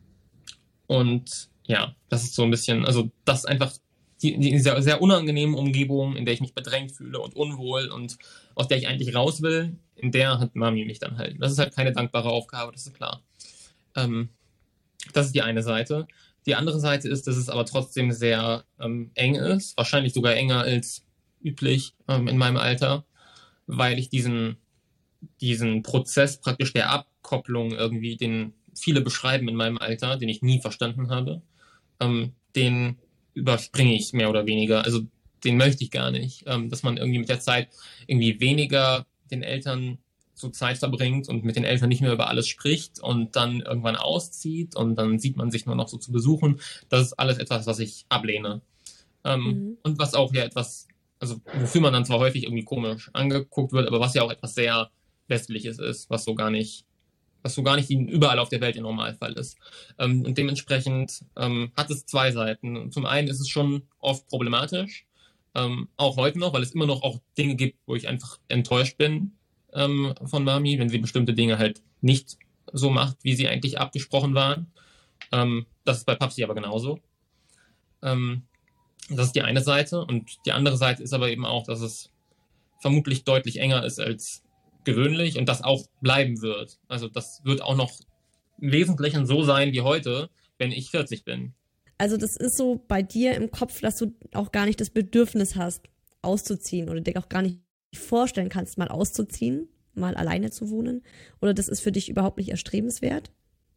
und ja, das ist so ein bisschen, also das ist einfach die, die sehr, sehr unangenehme Umgebung, in der ich mich bedrängt fühle und unwohl und aus der ich eigentlich raus will, in der hat Mami mich dann halt. Das ist halt keine dankbare Aufgabe, das ist klar. Ähm, das ist die eine Seite. Die andere Seite ist, dass es aber trotzdem sehr ähm, eng ist, wahrscheinlich sogar enger als üblich ähm, in meinem Alter, weil ich diesen, diesen Prozess praktisch der Abkopplung irgendwie, den viele beschreiben in meinem Alter, den ich nie verstanden habe, ähm, den überspringe ich mehr oder weniger. Also den möchte ich gar nicht, ähm, dass man irgendwie mit der Zeit irgendwie weniger den Eltern so Zeit verbringt und mit den Eltern nicht mehr über alles spricht und dann irgendwann auszieht und dann sieht man sich nur noch so zu besuchen. Das ist alles etwas, was ich ablehne. Ähm, mhm. Und was auch ja etwas, also wofür man dann zwar häufig irgendwie komisch angeguckt wird, aber was ja auch etwas sehr Westliches ist, was so gar nicht, was so gar nicht überall auf der Welt im Normalfall ist. Ähm, und dementsprechend ähm, hat es zwei Seiten. Zum einen ist es schon oft problematisch, ähm, auch heute noch, weil es immer noch auch Dinge gibt, wo ich einfach enttäuscht bin ähm, von Mami, wenn sie bestimmte Dinge halt nicht so macht, wie sie eigentlich abgesprochen waren. Ähm, das ist bei Papsi aber genauso. Ähm, das ist die eine Seite. Und die andere Seite ist aber eben auch, dass es vermutlich deutlich enger ist als gewöhnlich und das auch bleiben wird. Also das wird auch noch im Wesentlichen so sein wie heute, wenn ich vierzig bin. Also das ist so bei dir im Kopf, dass du auch gar nicht das Bedürfnis hast, auszuziehen oder dir auch gar nicht vorstellen kannst, mal auszuziehen, mal alleine zu wohnen? Oder das ist für dich überhaupt nicht erstrebenswert?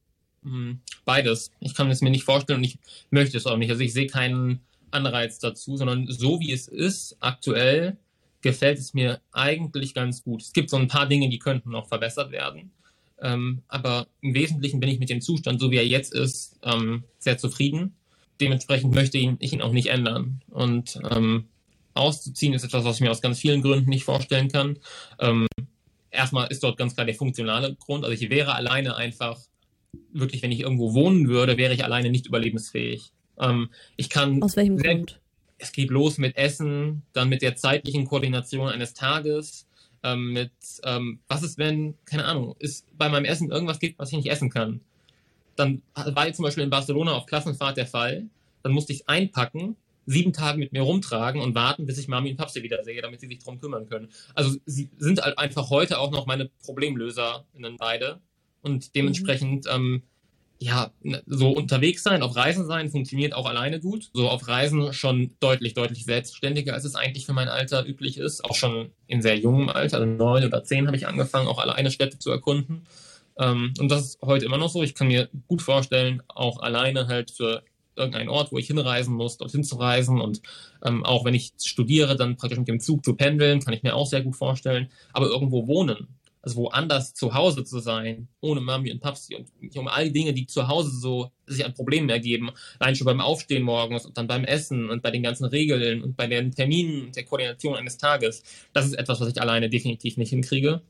Beides. Ich kann es mir nicht vorstellen und ich möchte es auch nicht. Also ich sehe keinen Anreiz dazu, sondern so wie es ist, aktuell, gefällt es mir eigentlich ganz gut. Es gibt so ein paar Dinge, die könnten noch verbessert werden. Ähm, aber im Wesentlichen bin ich mit dem Zustand, so wie er jetzt ist, ähm, sehr zufrieden. Dementsprechend möchte ich ihn, ich ihn auch nicht ändern. Und ähm, auszuziehen ist etwas, was ich mir aus ganz vielen Gründen nicht vorstellen kann. Ähm, erstmal ist dort ganz klar der funktionale Grund. Also ich wäre alleine einfach, wirklich, wenn ich irgendwo wohnen würde, wäre ich alleine nicht überlebensfähig. Ähm, ich kann Aus welchem sehr, Grund? Es geht los mit Essen, dann mit der zeitlichen Koordination eines Tages, ähm, mit, ähm, was ist, wenn, keine Ahnung, es bei meinem Essen irgendwas gibt, was ich nicht essen kann. Dann war ich zum Beispiel in Barcelona auf Klassenfahrt der Fall, dann musste ich es einpacken, sieben Tage mit mir rumtragen und warten, bis ich Mami und Papsi wiedersehe, damit sie sich darum kümmern können. Also sie sind halt einfach heute auch noch meine ProblemlöserInnen beide und dementsprechend, mhm. ähm, ja, so unterwegs sein, auf Reisen sein, funktioniert auch alleine gut. So auf Reisen schon deutlich, deutlich selbstständiger, als es eigentlich für mein Alter üblich ist. Auch schon in sehr jungem Alter, also neun oder zehn habe ich angefangen, auch alleine Städte zu erkunden. Ähm, und das ist heute immer noch so. Ich kann mir gut vorstellen, auch alleine halt für irgendeinen Ort, wo ich hinreisen muss, dorthin zu reisen. Und ähm, auch wenn ich studiere, dann praktisch mit dem Zug zu pendeln, kann ich mir auch sehr gut vorstellen. Aber irgendwo wohnen, also woanders zu Hause zu sein, ohne Mami und Papsi und um all die Dinge, die zu Hause so sich an Problemen ergeben, allein schon beim Aufstehen morgens und dann beim Essen und bei den ganzen Regeln und bei den Terminen und der Koordination eines Tages, das ist etwas, was ich alleine definitiv nicht hinkriege.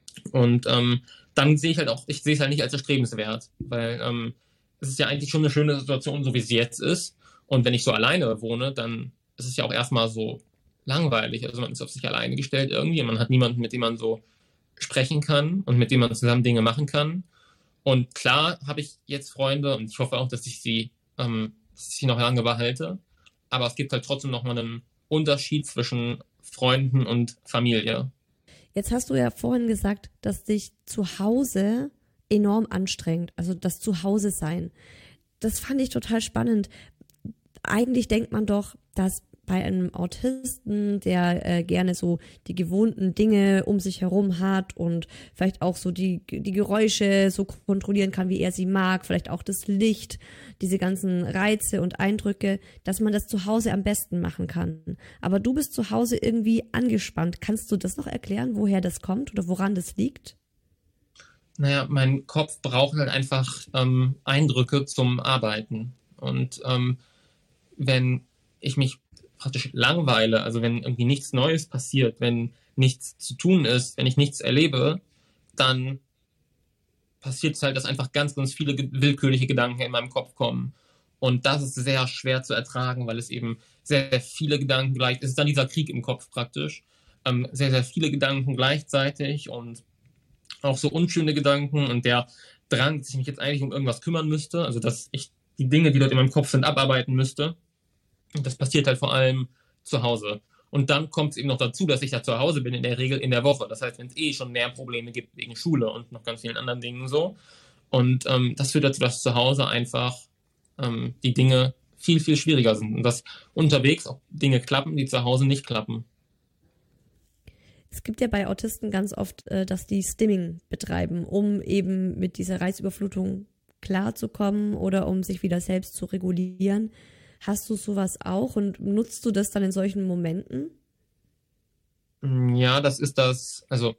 Und ähm, dann sehe ich halt auch, ich sehe es halt nicht als erstrebenswert, weil ähm, es ist ja eigentlich schon eine schöne Situation, so wie sie jetzt ist. Und wenn ich so alleine wohne, dann ist es ja auch erstmal so langweilig. Also man ist auf sich alleine gestellt irgendwie, man hat niemanden, mit dem man so sprechen kann und mit dem man zusammen Dinge machen kann. Und klar habe ich jetzt Freunde und ich hoffe auch, dass ich sie, ähm, dass ich sie noch lange behalte. Aber es gibt halt trotzdem nochmal einen Unterschied zwischen Freunden und Familie. Jetzt hast du ja vorhin gesagt, dass dich zu Hause enorm anstrengt, also das Zuhause sein. Das fand ich total spannend. Eigentlich denkt man doch, dass bei einem Autisten, der äh, gerne so die gewohnten Dinge um sich herum hat und vielleicht auch so die, die Geräusche so kontrollieren kann, wie er sie mag, vielleicht auch das Licht, diese ganzen Reize und Eindrücke, dass man das zu Hause am besten machen kann. Aber du bist zu Hause irgendwie angespannt. Kannst du das noch erklären, woher das kommt oder woran das liegt? Naja, mein Kopf braucht halt einfach ähm, Eindrücke zum Arbeiten. Und ähm, wenn ich mich praktisch langweile, also wenn irgendwie nichts Neues passiert, wenn nichts zu tun ist, wenn ich nichts erlebe, dann passiert es halt, dass einfach ganz, ganz viele willkürliche Gedanken in meinem Kopf kommen. Und das ist sehr schwer zu ertragen, weil es eben sehr, sehr viele Gedanken gleich, es ist dann dieser Krieg im Kopf praktisch, ähm, sehr, sehr viele Gedanken gleichzeitig und auch so unschöne Gedanken und der Drang, dass ich mich jetzt eigentlich um irgendwas kümmern müsste, also dass ich die Dinge, die dort in meinem Kopf sind, abarbeiten müsste. Und das passiert halt vor allem zu Hause. Und dann kommt es eben noch dazu, dass ich da zu Hause bin, in der Regel in der Woche. Das heißt, wenn es eh schon mehr Probleme gibt wegen Schule und noch ganz vielen anderen Dingen so. Und ähm, das führt dazu, dass zu Hause einfach ähm, die Dinge viel, viel schwieriger sind. Und dass unterwegs auch Dinge klappen, die zu Hause nicht klappen. Es gibt ja bei Autisten ganz oft, äh, dass die Stimming betreiben, um eben mit dieser Reizüberflutung klarzukommen oder um sich wieder selbst zu regulieren. Hast du sowas auch und nutzt du das dann in solchen Momenten? Ja, das ist das, also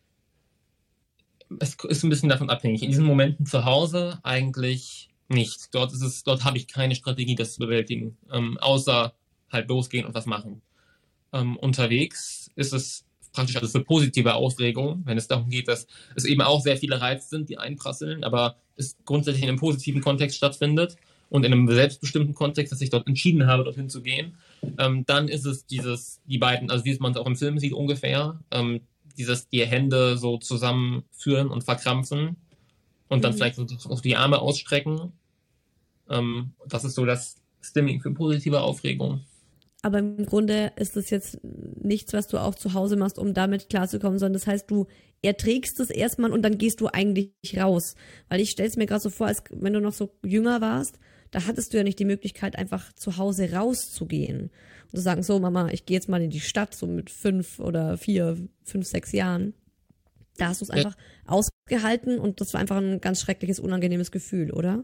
es ist ein bisschen davon abhängig. In diesen Momenten zu Hause eigentlich nicht. Dort ist es, dort habe ich keine Strategie, das zu bewältigen, ähm, außer halt losgehen und was machen. Ähm, unterwegs ist es praktisch also für positive Aufregung, wenn es darum geht, dass es eben auch sehr viele Reize sind, die einprasseln, aber es grundsätzlich in einem positiven Kontext stattfindet und in einem selbstbestimmten Kontext, dass ich dort entschieden habe, dorthin zu gehen, ähm, dann ist es dieses, die beiden, also wie man es auch im Film sieht ungefähr, ähm, dieses die Hände so zusammenführen und verkrampfen und dann mhm. vielleicht auch die Arme ausstrecken. Ähm, das ist so das Stimming für positive Aufregung. Aber im Grunde ist das jetzt nichts, was du auch zu Hause machst, um damit klarzukommen, sondern das heißt, du erträgst es erstmal und dann gehst du eigentlich raus. Weil ich stelle es mir gerade so vor, als wenn du noch so jünger warst, da hattest du ja nicht die Möglichkeit, einfach zu Hause rauszugehen. Und zu sagen, so Mama, ich gehe jetzt mal in die Stadt, so mit fünf oder vier, fünf, sechs Jahren. Da hast du es einfach ja. ausgehalten und das war einfach ein ganz schreckliches, unangenehmes Gefühl, oder?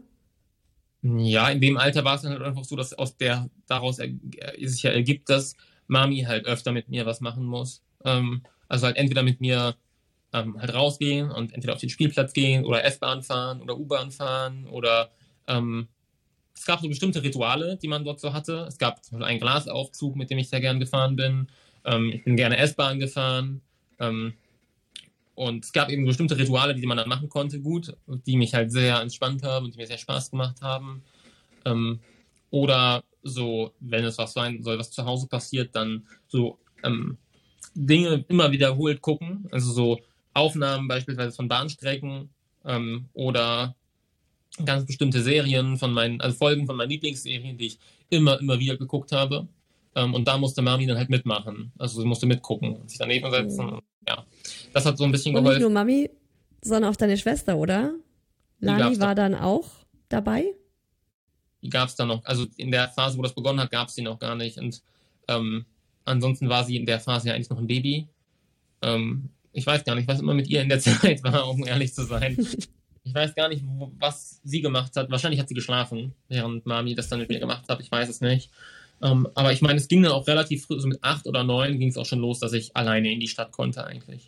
Ja, in dem Alter war es dann halt einfach so, dass aus der, daraus er, sich ja ergibt, dass Mami halt öfter mit mir was machen muss. Ähm, also halt entweder mit mir ähm, halt rausgehen und entweder auf den Spielplatz gehen oder S-Bahn fahren oder U-Bahn fahren oder ähm, es gab so bestimmte Rituale, die man dort so hatte. Es gab zum Beispiel einen Glasaufzug, mit dem ich sehr gern gefahren bin. Ähm, ich bin gerne S-Bahn gefahren. Ähm, Und es gab eben bestimmte Rituale, die man dann machen konnte, gut, die mich halt sehr entspannt haben und die mir sehr Spaß gemacht haben. Ähm, oder so, wenn es was sein soll, was zu Hause passiert, dann so ähm, Dinge immer wiederholt gucken. Also so Aufnahmen beispielsweise von Bahnstrecken ähm, oder ganz bestimmte Serien von meinen, also Folgen von meinen Lieblingsserien, die ich immer, immer wieder geguckt habe. Ähm, und da musste Mami dann halt mitmachen. Also sie musste mitgucken und sich daneben setzen. Mhm. Ja, das hat so ein bisschen und geholfen. Und nicht nur Mami, sondern auch deine Schwester, oder? Lani war dann auch dabei? Die gab es dann noch. Also in der Phase, wo das begonnen hat, gab es die noch gar nicht. Und ähm, ansonsten war sie in der Phase ja eigentlich noch ein Baby. Ähm, ich weiß gar nicht, was immer mit ihr in der Zeit war, um ehrlich zu sein. Ich weiß gar nicht, wo, was sie gemacht hat. Wahrscheinlich hat sie geschlafen, während Mami das dann mit mir gemacht hat. Ich weiß es nicht. Um, aber ich meine, es ging dann auch relativ früh, so mit acht oder neun ging es auch schon los, dass ich alleine in die Stadt konnte eigentlich.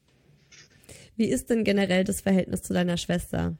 Wie ist denn generell das Verhältnis zu deiner Schwester?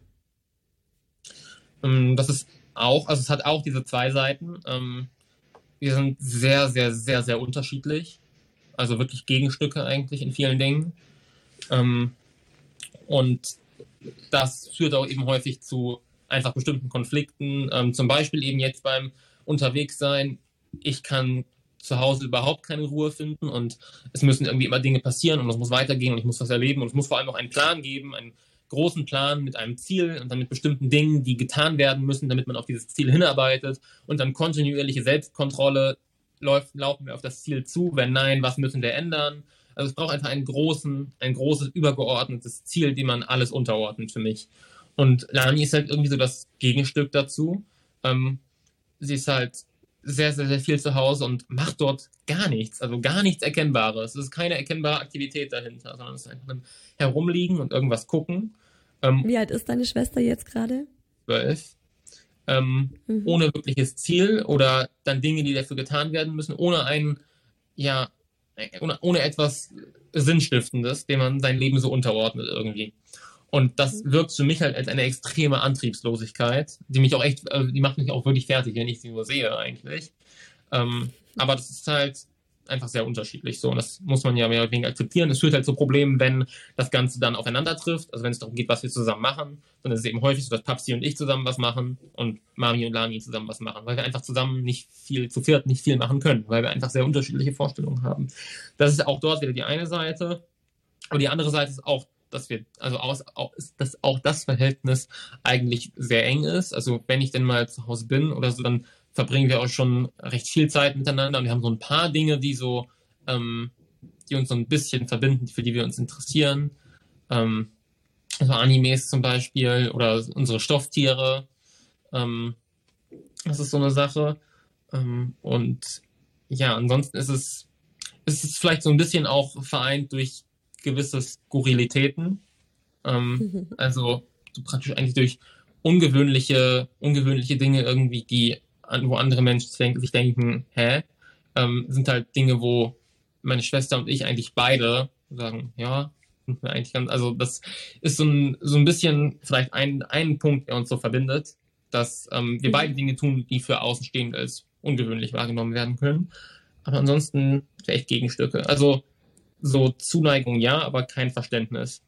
Um, das ist auch, also es hat auch diese zwei Seiten. Um, wir sind sehr, sehr, sehr, sehr unterschiedlich. Also wirklich Gegenstücke eigentlich in vielen Dingen. Um, und das führt auch eben häufig zu einfach bestimmten Konflikten. Um, zum Beispiel eben jetzt beim Unterwegssein. Ich kann zu Hause überhaupt keine Ruhe finden und es müssen irgendwie immer Dinge passieren und es muss weitergehen und ich muss was erleben und es muss vor allem auch einen Plan geben, einen großen Plan mit einem Ziel und dann mit bestimmten Dingen, die getan werden müssen, damit man auf dieses Ziel hinarbeitet und dann kontinuierliche Selbstkontrolle, läuft, laufen wir auf das Ziel zu, wenn nein, was müssen wir ändern? Also es braucht einfach einen großen, ein großes, übergeordnetes Ziel, dem man alles unterordnet für mich. Und Lani ist halt irgendwie so das Gegenstück dazu. Ähm, sie ist halt sehr, sehr, sehr viel zu Hause und macht dort gar nichts, also gar nichts Erkennbares. Es ist keine erkennbare Aktivität dahinter, sondern es ist einfach ein Herumliegen und irgendwas gucken. Ähm, Wie alt ist deine Schwester jetzt gerade? Zwölf. Ähm, mhm. Ohne wirkliches Ziel oder dann Dinge, die dafür getan werden müssen, ohne ein, ja, ohne, ohne etwas Sinnstiftendes, dem man sein Leben so unterordnet irgendwie. Und das wirkt für mich halt als eine extreme Antriebslosigkeit, die mich auch echt, also die macht mich auch wirklich fertig, wenn ich sie nur sehe eigentlich. Ähm, aber das ist halt einfach sehr unterschiedlich so und das muss man ja mehr oder weniger akzeptieren. Es führt halt zu Problemen, wenn das Ganze dann aufeinander trifft, also wenn es darum geht, was wir zusammen machen, dann ist es eben häufig so, dass Papsi und ich zusammen was machen und Mami und Lani zusammen was machen, weil wir einfach zusammen nicht viel, zu viert nicht viel machen können, weil wir einfach sehr unterschiedliche Vorstellungen haben. Das ist auch dort wieder die eine Seite, aber die andere Seite ist auch dass wir, also aus, auch, dass auch das Verhältnis eigentlich sehr eng ist. Also wenn ich denn mal zu Hause bin oder so, dann verbringen wir auch schon recht viel Zeit miteinander und wir haben so ein paar Dinge, die so, ähm, die uns so ein bisschen verbinden, für die wir uns interessieren. Ähm, also Animes zum Beispiel oder unsere Stofftiere. Ähm, das ist so eine Sache. Ähm, und ja, ansonsten ist es, ist es vielleicht so ein bisschen auch vereint durch gewisse Skurrilitäten. Ähm, also so praktisch eigentlich durch ungewöhnliche, ungewöhnliche Dinge irgendwie, die an, wo andere Menschen sich denken, hä? Ähm, sind halt Dinge, wo meine Schwester und ich eigentlich beide sagen, ja, sind wir eigentlich ganz, also das ist so ein, so ein bisschen vielleicht ein, ein Punkt, der uns so verbindet, dass ähm, wir Mhm. beide Dinge tun, die für Außenstehende als ungewöhnlich wahrgenommen werden können. Aber ansonsten vielleicht Gegenstücke. Also so Zuneigung ja, aber kein Verständnis.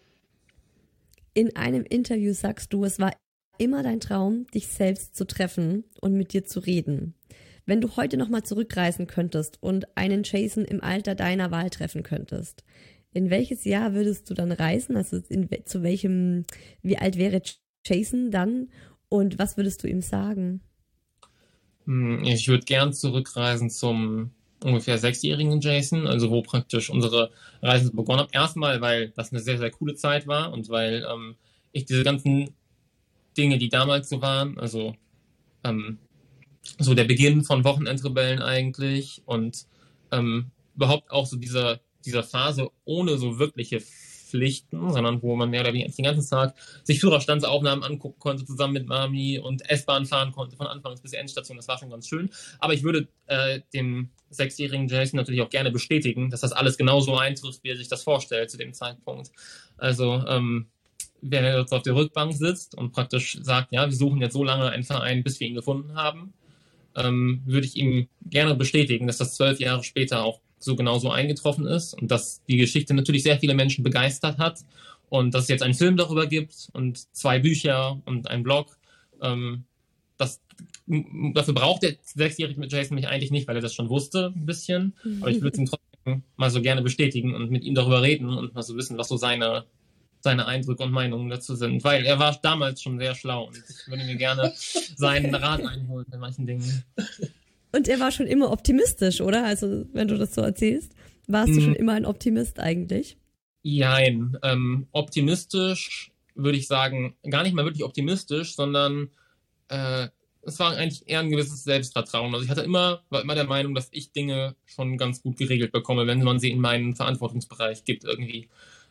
In einem Interview sagst du, es war immer dein Traum, dich selbst zu treffen und mit dir zu reden. Wenn du heute nochmal zurückreisen könntest und einen Jason im Alter deiner Wahl treffen könntest, in welches Jahr würdest du dann reisen? Also in, zu welchem, wie alt wäre Jason dann und was würdest du ihm sagen? Hm, Ich würde gern zurückreisen zum ungefähr sechsjährigen Jason, also wo praktisch unsere Reise begonnen hat. Erstmal, weil das eine sehr, sehr coole Zeit war und weil ähm, ich diese ganzen Dinge, die damals so waren, also ähm, so der Beginn von Wochenendrebellen eigentlich und ähm, überhaupt auch so dieser, dieser Phase ohne so wirkliche Pflichten, sondern wo man mehr oder weniger den ganzen Tag sich Führerstandsaufnahmen angucken konnte zusammen mit Mami und S-Bahn fahren konnte von Anfangs bis Endstation. Das war schon ganz schön. Aber ich würde äh, dem sechsjährigen Jason natürlich auch gerne bestätigen, dass das alles genauso eintrifft, wie er sich das vorstellt zu dem Zeitpunkt. Also ähm, wenn er jetzt auf der Rückbank sitzt und praktisch sagt, ja, wir suchen jetzt so lange einen Verein, bis wir ihn gefunden haben, ähm, würde ich ihm gerne bestätigen, dass das zwölf Jahre später auch so genauso eingetroffen ist und dass die Geschichte natürlich sehr viele Menschen begeistert hat und dass es jetzt einen Film darüber gibt und zwei Bücher und einen Blog. Ähm, das, dafür braucht der sechsjährige mit Jason mich eigentlich nicht, weil er das schon wusste ein bisschen, aber ich würde es ihm trotzdem mal so gerne bestätigen und mit ihm darüber reden und mal so wissen, was so seine seine Eindrücke und Meinungen dazu sind, weil er war damals schon sehr schlau und ich würde mir gerne seinen Rat einholen bei manchen Dingen. Und er war schon immer optimistisch, oder? Also wenn du das so erzählst, warst hm. du schon immer ein Optimist eigentlich? Jein, ähm, optimistisch würde ich sagen, gar nicht mal wirklich optimistisch, sondern äh, es war eigentlich eher ein gewisses Selbstvertrauen. Also ich hatte immer, war immer der Meinung, dass ich Dinge schon ganz gut geregelt bekomme, wenn man sie in meinen Verantwortungsbereich gibt irgendwie.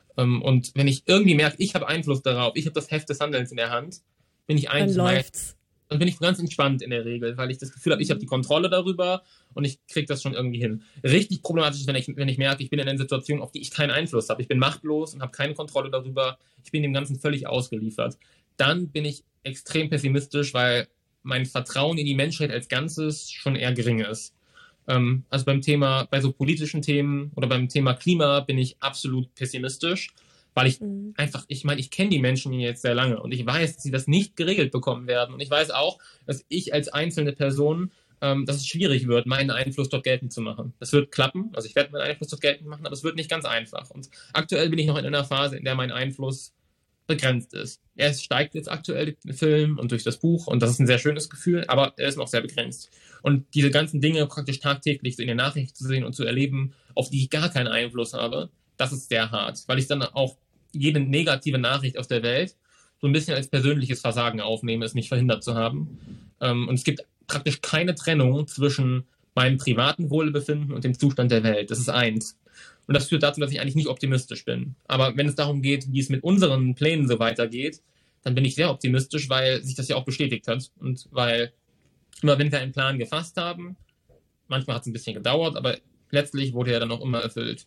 Und wenn ich irgendwie merke, ich habe Einfluss darauf, ich habe das Heft des Handelns in der Hand, bin ich eigentlich dann läuft's. Dann bin ich ganz entspannt in der Regel, weil ich das Gefühl habe, ich habe die Kontrolle darüber und ich kriege das schon irgendwie hin. Richtig problematisch ist, wenn ich, wenn ich merke, ich bin in einer Situation, auf die ich keinen Einfluss habe. Ich bin machtlos und habe keine Kontrolle darüber. Ich bin dem Ganzen völlig ausgeliefert. Dann bin ich extrem pessimistisch, weil mein Vertrauen in die Menschheit als Ganzes schon eher gering ist. Also beim Thema, bei so politischen Themen oder beim Thema Klima bin ich absolut pessimistisch, weil ich mhm. einfach, ich meine, ich kenne die Menschen jetzt sehr lange und ich weiß, dass sie das nicht geregelt bekommen werden. Und ich weiß auch, dass ich als einzelne Person, ähm, dass es schwierig wird, meinen Einfluss dort geltend zu machen. Das wird klappen, also ich werde meinen Einfluss dort geltend machen, aber es wird nicht ganz einfach. Und aktuell bin ich noch in einer Phase, in der mein Einfluss begrenzt ist. Er steigt jetzt aktuell durch den Film und durch das Buch und das ist ein sehr schönes Gefühl, aber er ist noch sehr begrenzt. Und diese ganzen Dinge praktisch tagtäglich so in den Nachrichten zu sehen und zu erleben, auf die ich gar keinen Einfluss habe, das ist sehr hart, weil ich dann auch jede negative Nachricht aus der Welt so ein bisschen als persönliches Versagen aufnehme, es nicht verhindert zu haben. Und es gibt praktisch keine Trennung zwischen meinem privaten Wohlbefinden und dem Zustand der Welt. Das ist eins. Und das führt dazu, dass ich eigentlich nicht optimistisch bin. Aber wenn es darum geht, wie es mit unseren Plänen so weitergeht, dann bin ich sehr optimistisch, weil sich das ja auch bestätigt hat. Und weil immer, wenn wir einen Plan gefasst haben, manchmal hat es ein bisschen gedauert, aber letztlich wurde er dann auch immer erfüllt.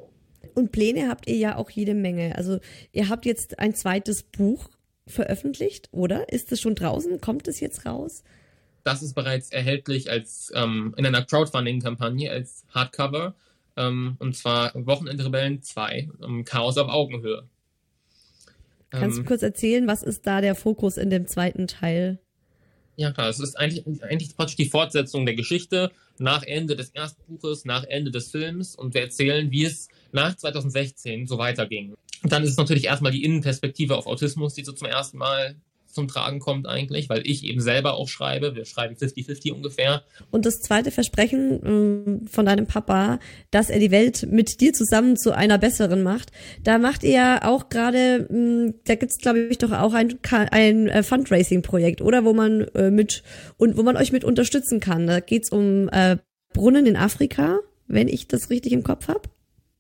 Und Pläne habt ihr ja auch jede Menge. Also ihr habt jetzt ein zweites Buch veröffentlicht, oder? Ist es schon draußen? Kommt es jetzt raus? Das ist bereits erhältlich als ähm, in einer Crowdfunding-Kampagne als Hardcover. Ähm, und zwar Wochenendrebellen zwei, um Chaos auf Augenhöhe. Kannst ähm, du kurz erzählen, was ist da der Fokus in dem zweiten Teil? Ja klar, es ist eigentlich, eigentlich praktisch die Fortsetzung der Geschichte nach Ende des ersten Buches, nach Ende des Films und wir erzählen, wie es nach zwanzig sechzehn so weiterging. Dann ist es natürlich erstmal die Innenperspektive auf Autismus, die so zum ersten Mal zum Tragen kommt eigentlich, weil ich eben selber auch schreibe. Wir schreiben fünfzig fünfzig ungefähr. Und das zweite Versprechen äh, von deinem Papa, dass er die Welt mit dir zusammen zu einer besseren macht, da macht ihr ja auch gerade, äh, da gibt's glaube ich doch auch ein, ein äh, Fundraising-Projekt, oder? Wo man äh, mit und wo man euch mit unterstützen kann. Da geht's um äh, Brunnen in Afrika, wenn ich das richtig im Kopf habe.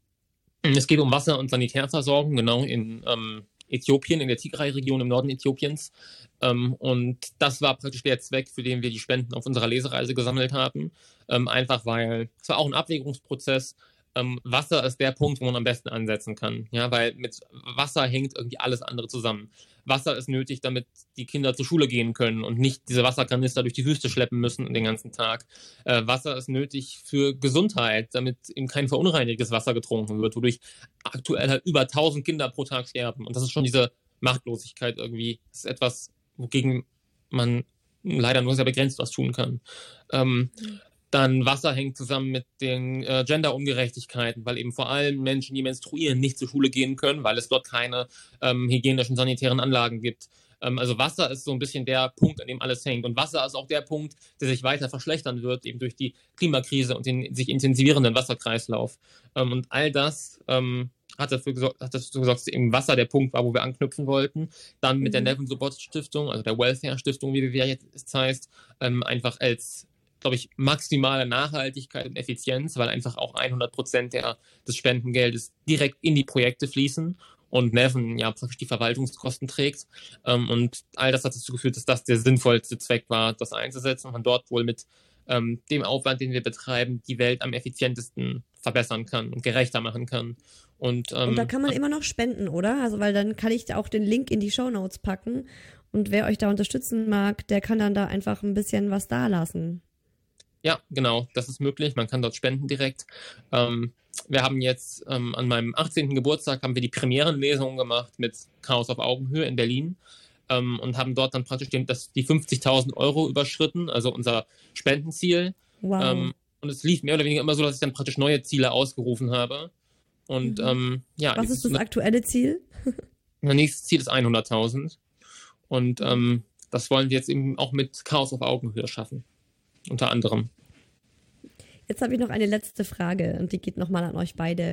Es geht um Wasser- und Sanitärversorgung, genau, in ähm, Äthiopien, in der Tigray-Region im Norden Äthiopiens. Ähm, und das war praktisch der Zweck, für den wir die Spenden auf unserer Lesereise gesammelt haben. Ähm, einfach weil, es war auch ein Abwägungsprozess. Ähm, Wasser ist der Punkt, wo man am besten ansetzen kann. Ja, weil mit Wasser hängt irgendwie alles andere zusammen. Wasser ist nötig, damit die Kinder zur Schule gehen können und nicht diese Wasserkanister durch die Wüste schleppen müssen den ganzen Tag. Äh, Wasser ist nötig für Gesundheit, damit eben kein verunreinigtes Wasser getrunken wird, wodurch aktuell halt über tausend Kinder pro Tag sterben. Und das ist schon diese Machtlosigkeit irgendwie. Das ist etwas, wogegen man leider nur sehr begrenzt was tun kann. Ähm, mhm. Dann Wasser hängt zusammen mit den äh, Gender-Ungerechtigkeiten, weil eben vor allem Menschen, die menstruieren, nicht zur Schule gehen können, weil es dort keine ähm, hygienischen, sanitären Anlagen gibt. Ähm, also Wasser ist so ein bisschen der Punkt, an dem alles hängt. Und Wasser ist auch der Punkt, der sich weiter verschlechtern wird, eben durch die Klimakrise und den sich intensivierenden Wasserkreislauf. Ähm, und all das ähm, hat dafür gesorgt, hat dafür gesorgt, dass eben Wasser der Punkt war, wo wir anknüpfen wollten. Dann mit mhm. der Neffen Support Stiftung, also der Welfare Stiftung, wie wir jetzt heißt, ähm, einfach als, glaube ich, maximale Nachhaltigkeit und Effizienz, weil einfach auch hundert Prozent der, des Spendengeldes direkt in die Projekte fließen und Neven ja praktisch die Verwaltungskosten trägt. Ähm, und all das hat dazu geführt, dass das der sinnvollste Zweck war, das einzusetzen und man dort wohl mit ähm, dem Aufwand, den wir betreiben, die Welt am effizientesten verbessern kann und gerechter machen kann. Und, ähm, und da kann man immer noch spenden, oder? Also, weil dann kann ich auch den Link in die Shownotes packen und wer euch da unterstützen mag, der kann dann da einfach ein bisschen was dalassen. Ja, genau, das ist möglich. Man kann dort spenden direkt. Ähm, wir haben jetzt ähm, an meinem achtzehnten Geburtstag haben wir die Premierenlesung gemacht mit Chaos auf Augenhöhe in Berlin ähm, und haben dort dann praktisch den, das, die fünfzigtausend Euro überschritten, also unser Spendenziel. Wow. Ähm, und es lief mehr oder weniger immer so, dass ich dann praktisch neue Ziele ausgerufen habe. Und mhm. ähm, ja. Was ist das aktuelle Ziel? Mein nächstes Ziel ist hunderttausend. Und ähm, das wollen wir jetzt eben auch mit Chaos auf Augenhöhe schaffen. Unter anderem. Jetzt habe ich noch eine letzte Frage und die geht nochmal an euch beide.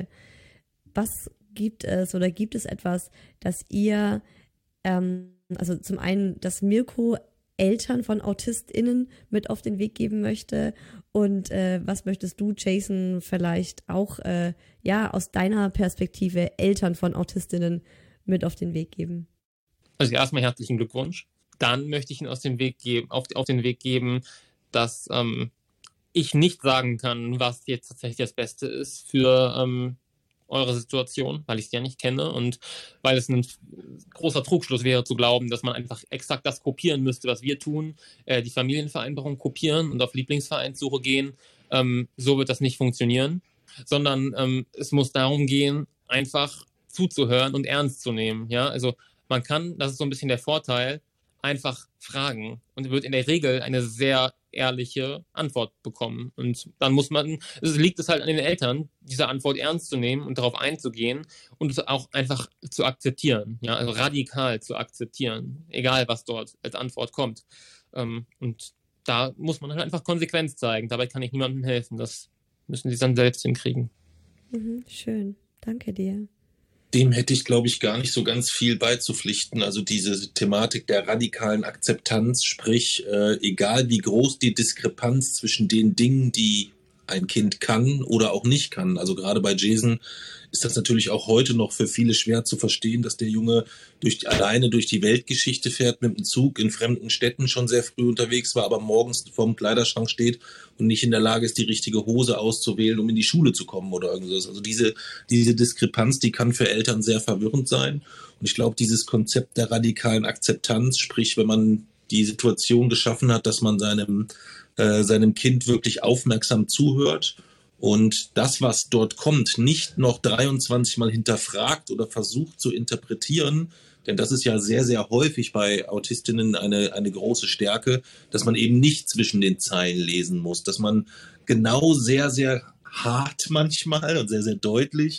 Was gibt es oder gibt es etwas, das ihr, ähm, also zum einen, dass Mirko Eltern von AutistInnen mit auf den Weg geben möchte und äh, was möchtest du, Jason, vielleicht auch äh, ja aus deiner Perspektive Eltern von AutistInnen mit auf den Weg geben? Also erstmal herzlichen Glückwunsch. Dann möchte ich ihn aus dem Weg geben, auf, auf den Weg geben, dass ähm, ich nicht sagen kann, was jetzt tatsächlich das Beste ist für ähm, eure Situation, weil ich es ja nicht kenne und weil es ein großer Trugschluss wäre zu glauben, dass man einfach exakt das kopieren müsste, was wir tun, äh, die Familienvereinbarung kopieren und auf Lieblingsvereinssuche gehen. Ähm, so wird das nicht funktionieren, sondern ähm, es muss darum gehen, einfach zuzuhören und ernst zu nehmen. Ja, also man kann, das ist so ein bisschen der Vorteil, einfach fragen und wird in der Regel eine sehr ehrliche Antwort bekommen. Und dann muss man, es liegt es halt an den Eltern, diese Antwort ernst zu nehmen und darauf einzugehen und es auch einfach zu akzeptieren, ja, also radikal zu akzeptieren, egal was dort als Antwort kommt. Und da muss man halt einfach Konsequenz zeigen. Dabei kann ich niemandem helfen. Das müssen sie dann selbst hinkriegen. Mhm, schön. Danke dir. Dem hätte ich, glaube ich, gar nicht so ganz viel beizupflichten. Also diese Thematik der radikalen Akzeptanz, sprich, äh, egal wie groß die Diskrepanz zwischen den Dingen, die ein Kind kann oder auch nicht kann. Also gerade bei Jason ist das natürlich auch heute noch für viele schwer zu verstehen, dass der Junge durch die, alleine durch die Weltgeschichte fährt, mit dem Zug in fremden Städten schon sehr früh unterwegs war, aber morgens vorm Kleiderschrank steht und nicht in der Lage ist, die richtige Hose auszuwählen, um in die Schule zu kommen oder irgendwas. Also diese, diese Diskrepanz, die kann für Eltern sehr verwirrend sein. Und ich glaube, dieses Konzept der radikalen Akzeptanz, sprich, wenn man die Situation geschaffen hat, dass man seinem äh, seinem Kind wirklich aufmerksam zuhört und das, was dort kommt, nicht noch dreiundzwanzig Mal hinterfragt oder versucht zu interpretieren, denn das ist ja sehr, sehr häufig bei Autistinnen eine, eine große Stärke, dass man eben nicht zwischen den Zeilen lesen muss, dass man genau sehr, sehr hart manchmal und sehr, sehr deutlich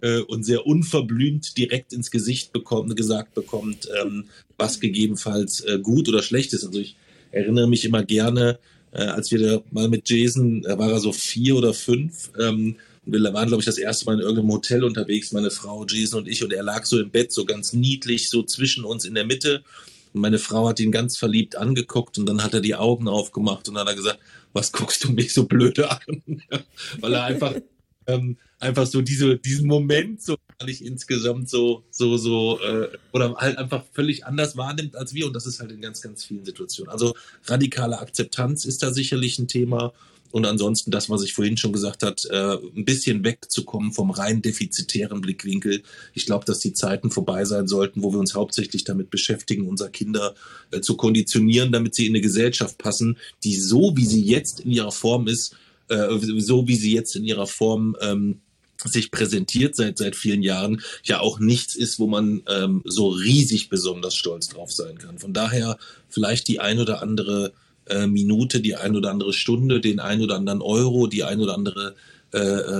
äh, und sehr unverblümt direkt ins Gesicht bekommt, gesagt bekommt, ähm, was gegebenenfalls äh, gut oder schlecht ist. Also ich erinnere mich immer gerne, äh, als wir da mal mit Jason, da war er so vier oder fünf, ähm, und wir waren, glaube ich, das erste Mal in irgendeinem Hotel unterwegs, meine Frau, Jason und ich, und er lag so im Bett, so ganz niedlich, so zwischen uns in der Mitte. Und meine Frau hat ihn ganz verliebt angeguckt und dann hat er die Augen aufgemacht und dann hat er gesagt, was guckst du mich so blöde an? Weil er einfach, ähm, einfach so diese, diesen Moment so gar nicht insgesamt so, so, so, äh, oder halt einfach völlig anders wahrnimmt als wir. Und das ist halt in ganz, ganz vielen Situationen. Also radikale Akzeptanz ist da sicherlich ein Thema. Und ansonsten das, was ich vorhin schon gesagt habe, äh, ein bisschen wegzukommen vom rein defizitären Blickwinkel. Ich glaube, dass die Zeiten vorbei sein sollten, wo wir uns hauptsächlich damit beschäftigen, unsere Kinder äh, zu konditionieren, damit sie in eine Gesellschaft passen, die so, wie sie jetzt in ihrer Form ist, äh, so wie sie jetzt in ihrer Form ähm, sich präsentiert seit seit vielen Jahren, ja auch nichts ist, wo man ähm, so riesig besonders stolz drauf sein kann. Von daher vielleicht die ein oder andere Äh, Minute, die ein oder andere Stunde, den ein oder anderen Euro, die ein oder andere äh,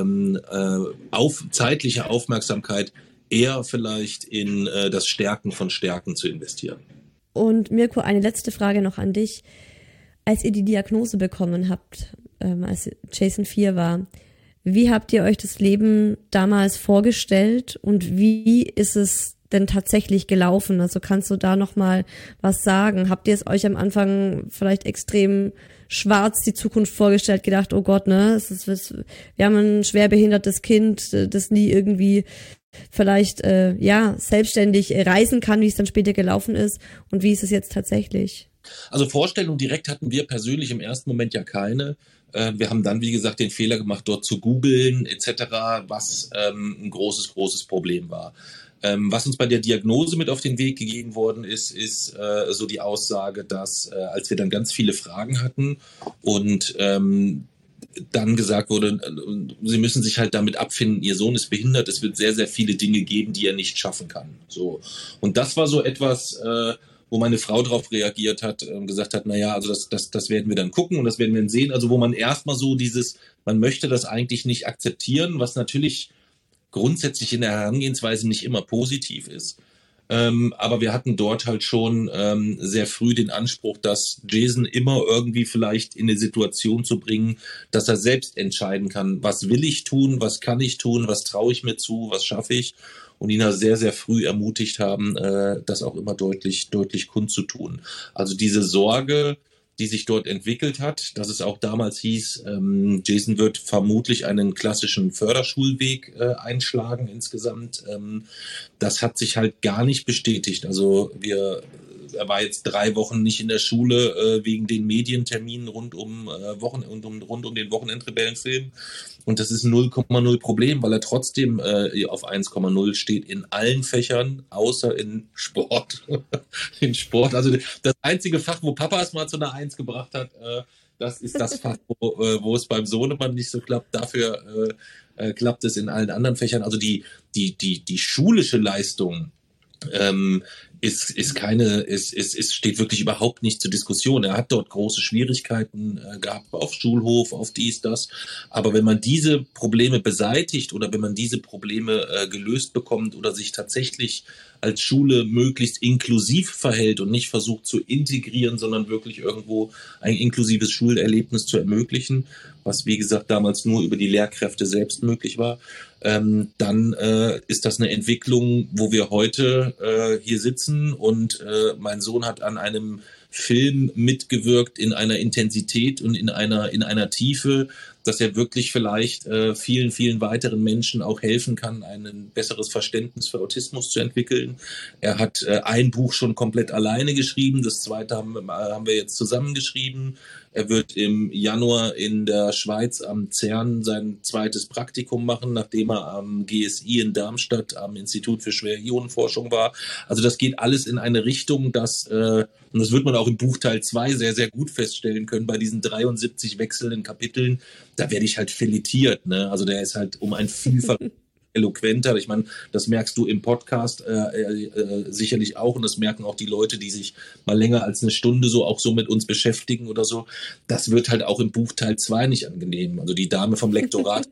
äh, auf, zeitliche Aufmerksamkeit eher vielleicht in äh, das Stärken von Stärken zu investieren. Und Mirko, eine letzte Frage noch an dich. Als ihr die Diagnose bekommen habt, ähm, als Jason vier war, wie habt ihr euch das Leben damals vorgestellt und wie ist es denn tatsächlich gelaufen? Also kannst du da nochmal was sagen? Habt ihr es euch am Anfang vielleicht extrem schwarz die Zukunft vorgestellt, gedacht, oh Gott, ne, es ist, wir haben ein schwerbehindertes Kind, das nie irgendwie vielleicht äh, ja selbstständig reisen kann, wie es dann später gelaufen ist, und wie ist es jetzt tatsächlich? Also Vorstellung direkt hatten wir persönlich im ersten Moment ja keine. Wir haben dann, wie gesagt, den Fehler gemacht, dort zu googeln et cetera, was ähm, ein großes, großes Problem war. Ähm, was uns bei der Diagnose mit auf den Weg gegeben worden ist, ist äh, so die Aussage, dass äh, als wir dann ganz viele Fragen hatten und ähm, dann gesagt wurde, Sie müssen sich halt damit abfinden, Ihr Sohn ist behindert, es wird sehr, sehr viele Dinge geben, die er nicht schaffen kann. So. Und das war so etwas, äh, wo meine Frau darauf reagiert hat und gesagt hat, naja, also das, das, das werden wir dann gucken und das werden wir dann sehen. Also wo man erstmal so dieses, man möchte das eigentlich nicht akzeptieren, was natürlich grundsätzlich in der Herangehensweise nicht immer positiv ist. Ähm, aber wir hatten dort halt schon ähm, sehr früh den Anspruch, dass Jason immer irgendwie vielleicht in eine Situation zu bringen, dass er selbst entscheiden kann, was will ich tun, was kann ich tun, was traue ich mir zu, was schaffe ich. Und ihn sehr, sehr früh ermutigt haben, äh, das auch immer deutlich, deutlich kundzutun. Also diese Sorge, die sich dort entwickelt hat, dass es auch damals hieß, ähm, Jason wird vermutlich einen klassischen Förderschulweg äh, einschlagen insgesamt. Ähm, das hat sich halt gar nicht bestätigt. Also wir, er war jetzt drei Wochen nicht in der Schule äh, wegen den Medienterminen rund um äh, Wochen und um, rund um den Wochenendrebellenfilm. Und das ist null Komma null Problem, weil er trotzdem äh, auf eins Komma null steht in allen Fächern, außer in Sport. in Sport. Also das einzige Fach, wo Papa es mal zu einer eins gebracht hat, äh, das ist das Fach, wo, äh, wo es beim Sohnemann nicht so klappt. Dafür äh, äh, klappt es in allen anderen Fächern. Also die, die, die, die schulische Leistung ähm, ist, ist keine, ist, ist, ist, steht wirklich überhaupt nicht zur Diskussion. Er hat dort große Schwierigkeiten äh, gehabt auf Schulhof, auf dies, das. Aber wenn man diese Probleme beseitigt oder wenn man diese Probleme äh, gelöst bekommt oder sich tatsächlich als Schule möglichst inklusiv verhält und nicht versucht zu integrieren, sondern wirklich irgendwo ein inklusives Schulerlebnis zu ermöglichen, was wie gesagt damals nur über die Lehrkräfte selbst möglich war, ähm, dann äh, ist das eine Entwicklung, wo wir heute äh, hier sitzen und äh, mein Sohn hat an einem Film mitgewirkt in einer Intensität und in einer in einer Tiefe, dass er wirklich vielleicht äh, vielen, vielen weiteren Menschen auch helfen kann, ein besseres Verständnis für Autismus zu entwickeln. Er hat äh, ein Buch schon komplett alleine geschrieben, das zweite haben, haben wir jetzt zusammengeschrieben. Er wird im Januar in der Schweiz am CERN sein zweites Praktikum machen, nachdem er am G S I in Darmstadt am Institut für Schwerionenforschung war. Also das geht alles in eine Richtung, dass, äh, und das wird man auch im Buch Teil zwei sehr, sehr gut feststellen können, bei diesen dreiundsiebzig wechselnden Kapiteln, da werde ich halt filetiert. Ne? Also der ist halt um ein Vielfach eloquenter. Ich meine, das merkst du im Podcast äh, äh, sicherlich auch und das merken auch die Leute, die sich mal länger als eine Stunde so auch so mit uns beschäftigen oder so. Das wird halt auch im Buch Teil zwei nicht angenehm. Also die Dame vom Lektorat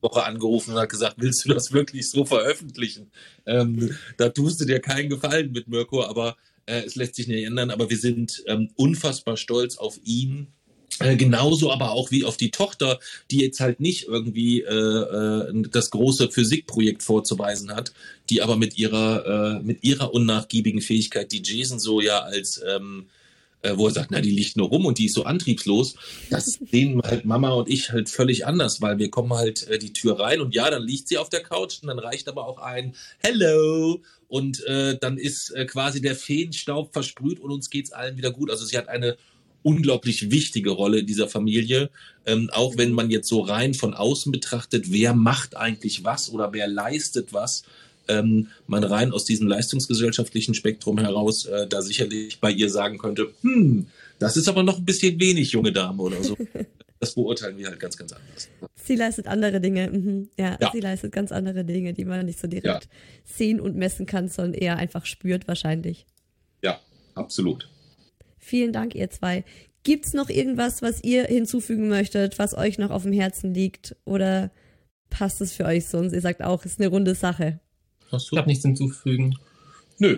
Woche angerufen und hat gesagt, willst du das wirklich so veröffentlichen? Ähm, da tust du dir keinen Gefallen mit Mirko, aber äh, es lässt sich nicht ändern. Aber wir sind ähm, unfassbar stolz auf ihn. Äh, genauso aber auch wie auf die Tochter, die jetzt halt nicht irgendwie äh, äh, das große Physikprojekt vorzuweisen hat, die aber mit ihrer, äh, mit ihrer unnachgiebigen Fähigkeit, die Jason so ja als, ähm, äh, wo er sagt, na, die liegt nur rum und die ist so antriebslos, das sehen halt Mama und ich halt völlig anders, weil wir kommen halt äh, die Tür rein und ja, dann liegt sie auf der Couch und dann reicht aber auch ein Hello und äh, dann ist äh, quasi der Feenstaub versprüht und uns geht's allen wieder gut. Also sie hat eine unglaublich wichtige Rolle in dieser Familie, ähm, auch wenn man jetzt so rein von außen betrachtet, wer macht eigentlich was oder wer leistet was, ähm, man rein aus diesem leistungsgesellschaftlichen Spektrum heraus äh, da sicherlich bei ihr sagen könnte, hm, das ist aber noch ein bisschen wenig, junge Dame oder so. Das beurteilen wir halt ganz, ganz anders. Sie leistet andere Dinge, mhm. ja, Ja. sie leistet ganz andere Dinge, die man nicht so direkt Ja. sehen und messen kann, sondern eher einfach spürt wahrscheinlich. Ja, absolut. Vielen Dank, ihr zwei. Gibt's noch irgendwas, was ihr hinzufügen möchtet, was euch noch auf dem Herzen liegt? Oder passt es für euch so? Und ihr sagt auch, es ist eine runde Sache. Hast Ich du? habe nichts hinzufügen. Nö.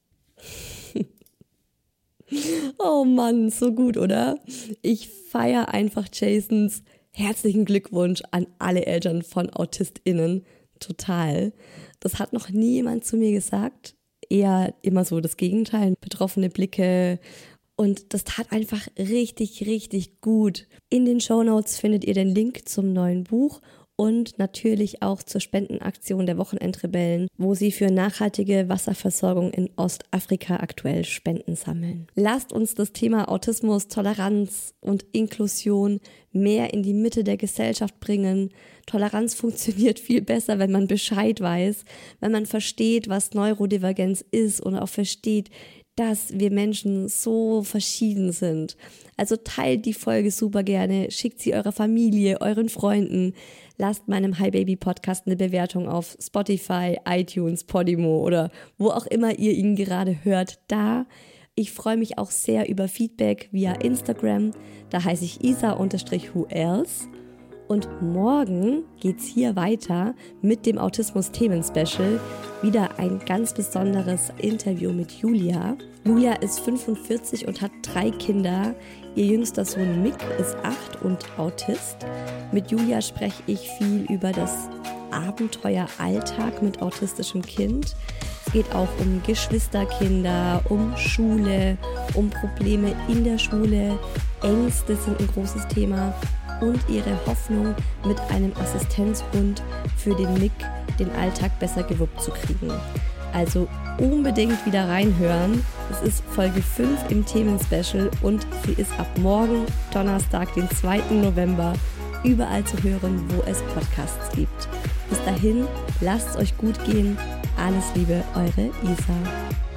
Oh Mann, so gut, oder? Ich feiere einfach Jasons herzlichen Glückwunsch an alle Eltern von AutistInnen. Total. Das hat noch nie jemand zu mir gesagt. Eher immer so das Gegenteil. Betroffene Blicke. Und das tat einfach richtig, richtig gut. In den Shownotes findet ihr den Link zum neuen Buch und natürlich auch zur Spendenaktion der Wochenendrebellen, wo sie für nachhaltige Wasserversorgung in Ostafrika aktuell Spenden sammeln. Lasst uns das Thema Autismus, Toleranz und Inklusion mehr in die Mitte der Gesellschaft bringen. Toleranz funktioniert viel besser, wenn man Bescheid weiß, wenn man versteht, was Neurodivergenz ist und auch versteht, dass wir Menschen so verschieden sind. Also teilt die Folge super gerne, schickt sie eurer Familie, euren Freunden, lasst meinem Hi Baby Podcast eine Bewertung auf Spotify, iTunes, Podimo oder wo auch immer ihr ihn gerade hört da. Ich freue mich auch sehr über Feedback via Instagram, da heiße ich isa-who else. Und morgen geht's hier weiter mit dem Autismus-Themen-Special. Wieder ein ganz besonderes Interview mit Julia. Julia ist fünfundvierzig und hat drei Kinder. Ihr jüngster Sohn Mick ist acht und Autist. Mit Julia spreche ich viel über das Abenteuer Alltag mit autistischem Kind. Es geht auch um Geschwisterkinder, um Schule, um Probleme in der Schule. Ängste sind ein großes Thema. Und ihre Hoffnung, mit einem Assistenzhund für den Mick den Alltag besser gewuppt zu kriegen. Also unbedingt wieder reinhören. Es ist Folge fünf im Themenspecial und sie ist ab morgen, Donnerstag, den zweiten November, überall zu hören, wo es Podcasts gibt. Bis dahin, lasst es euch gut gehen. Alles Liebe, eure Isa.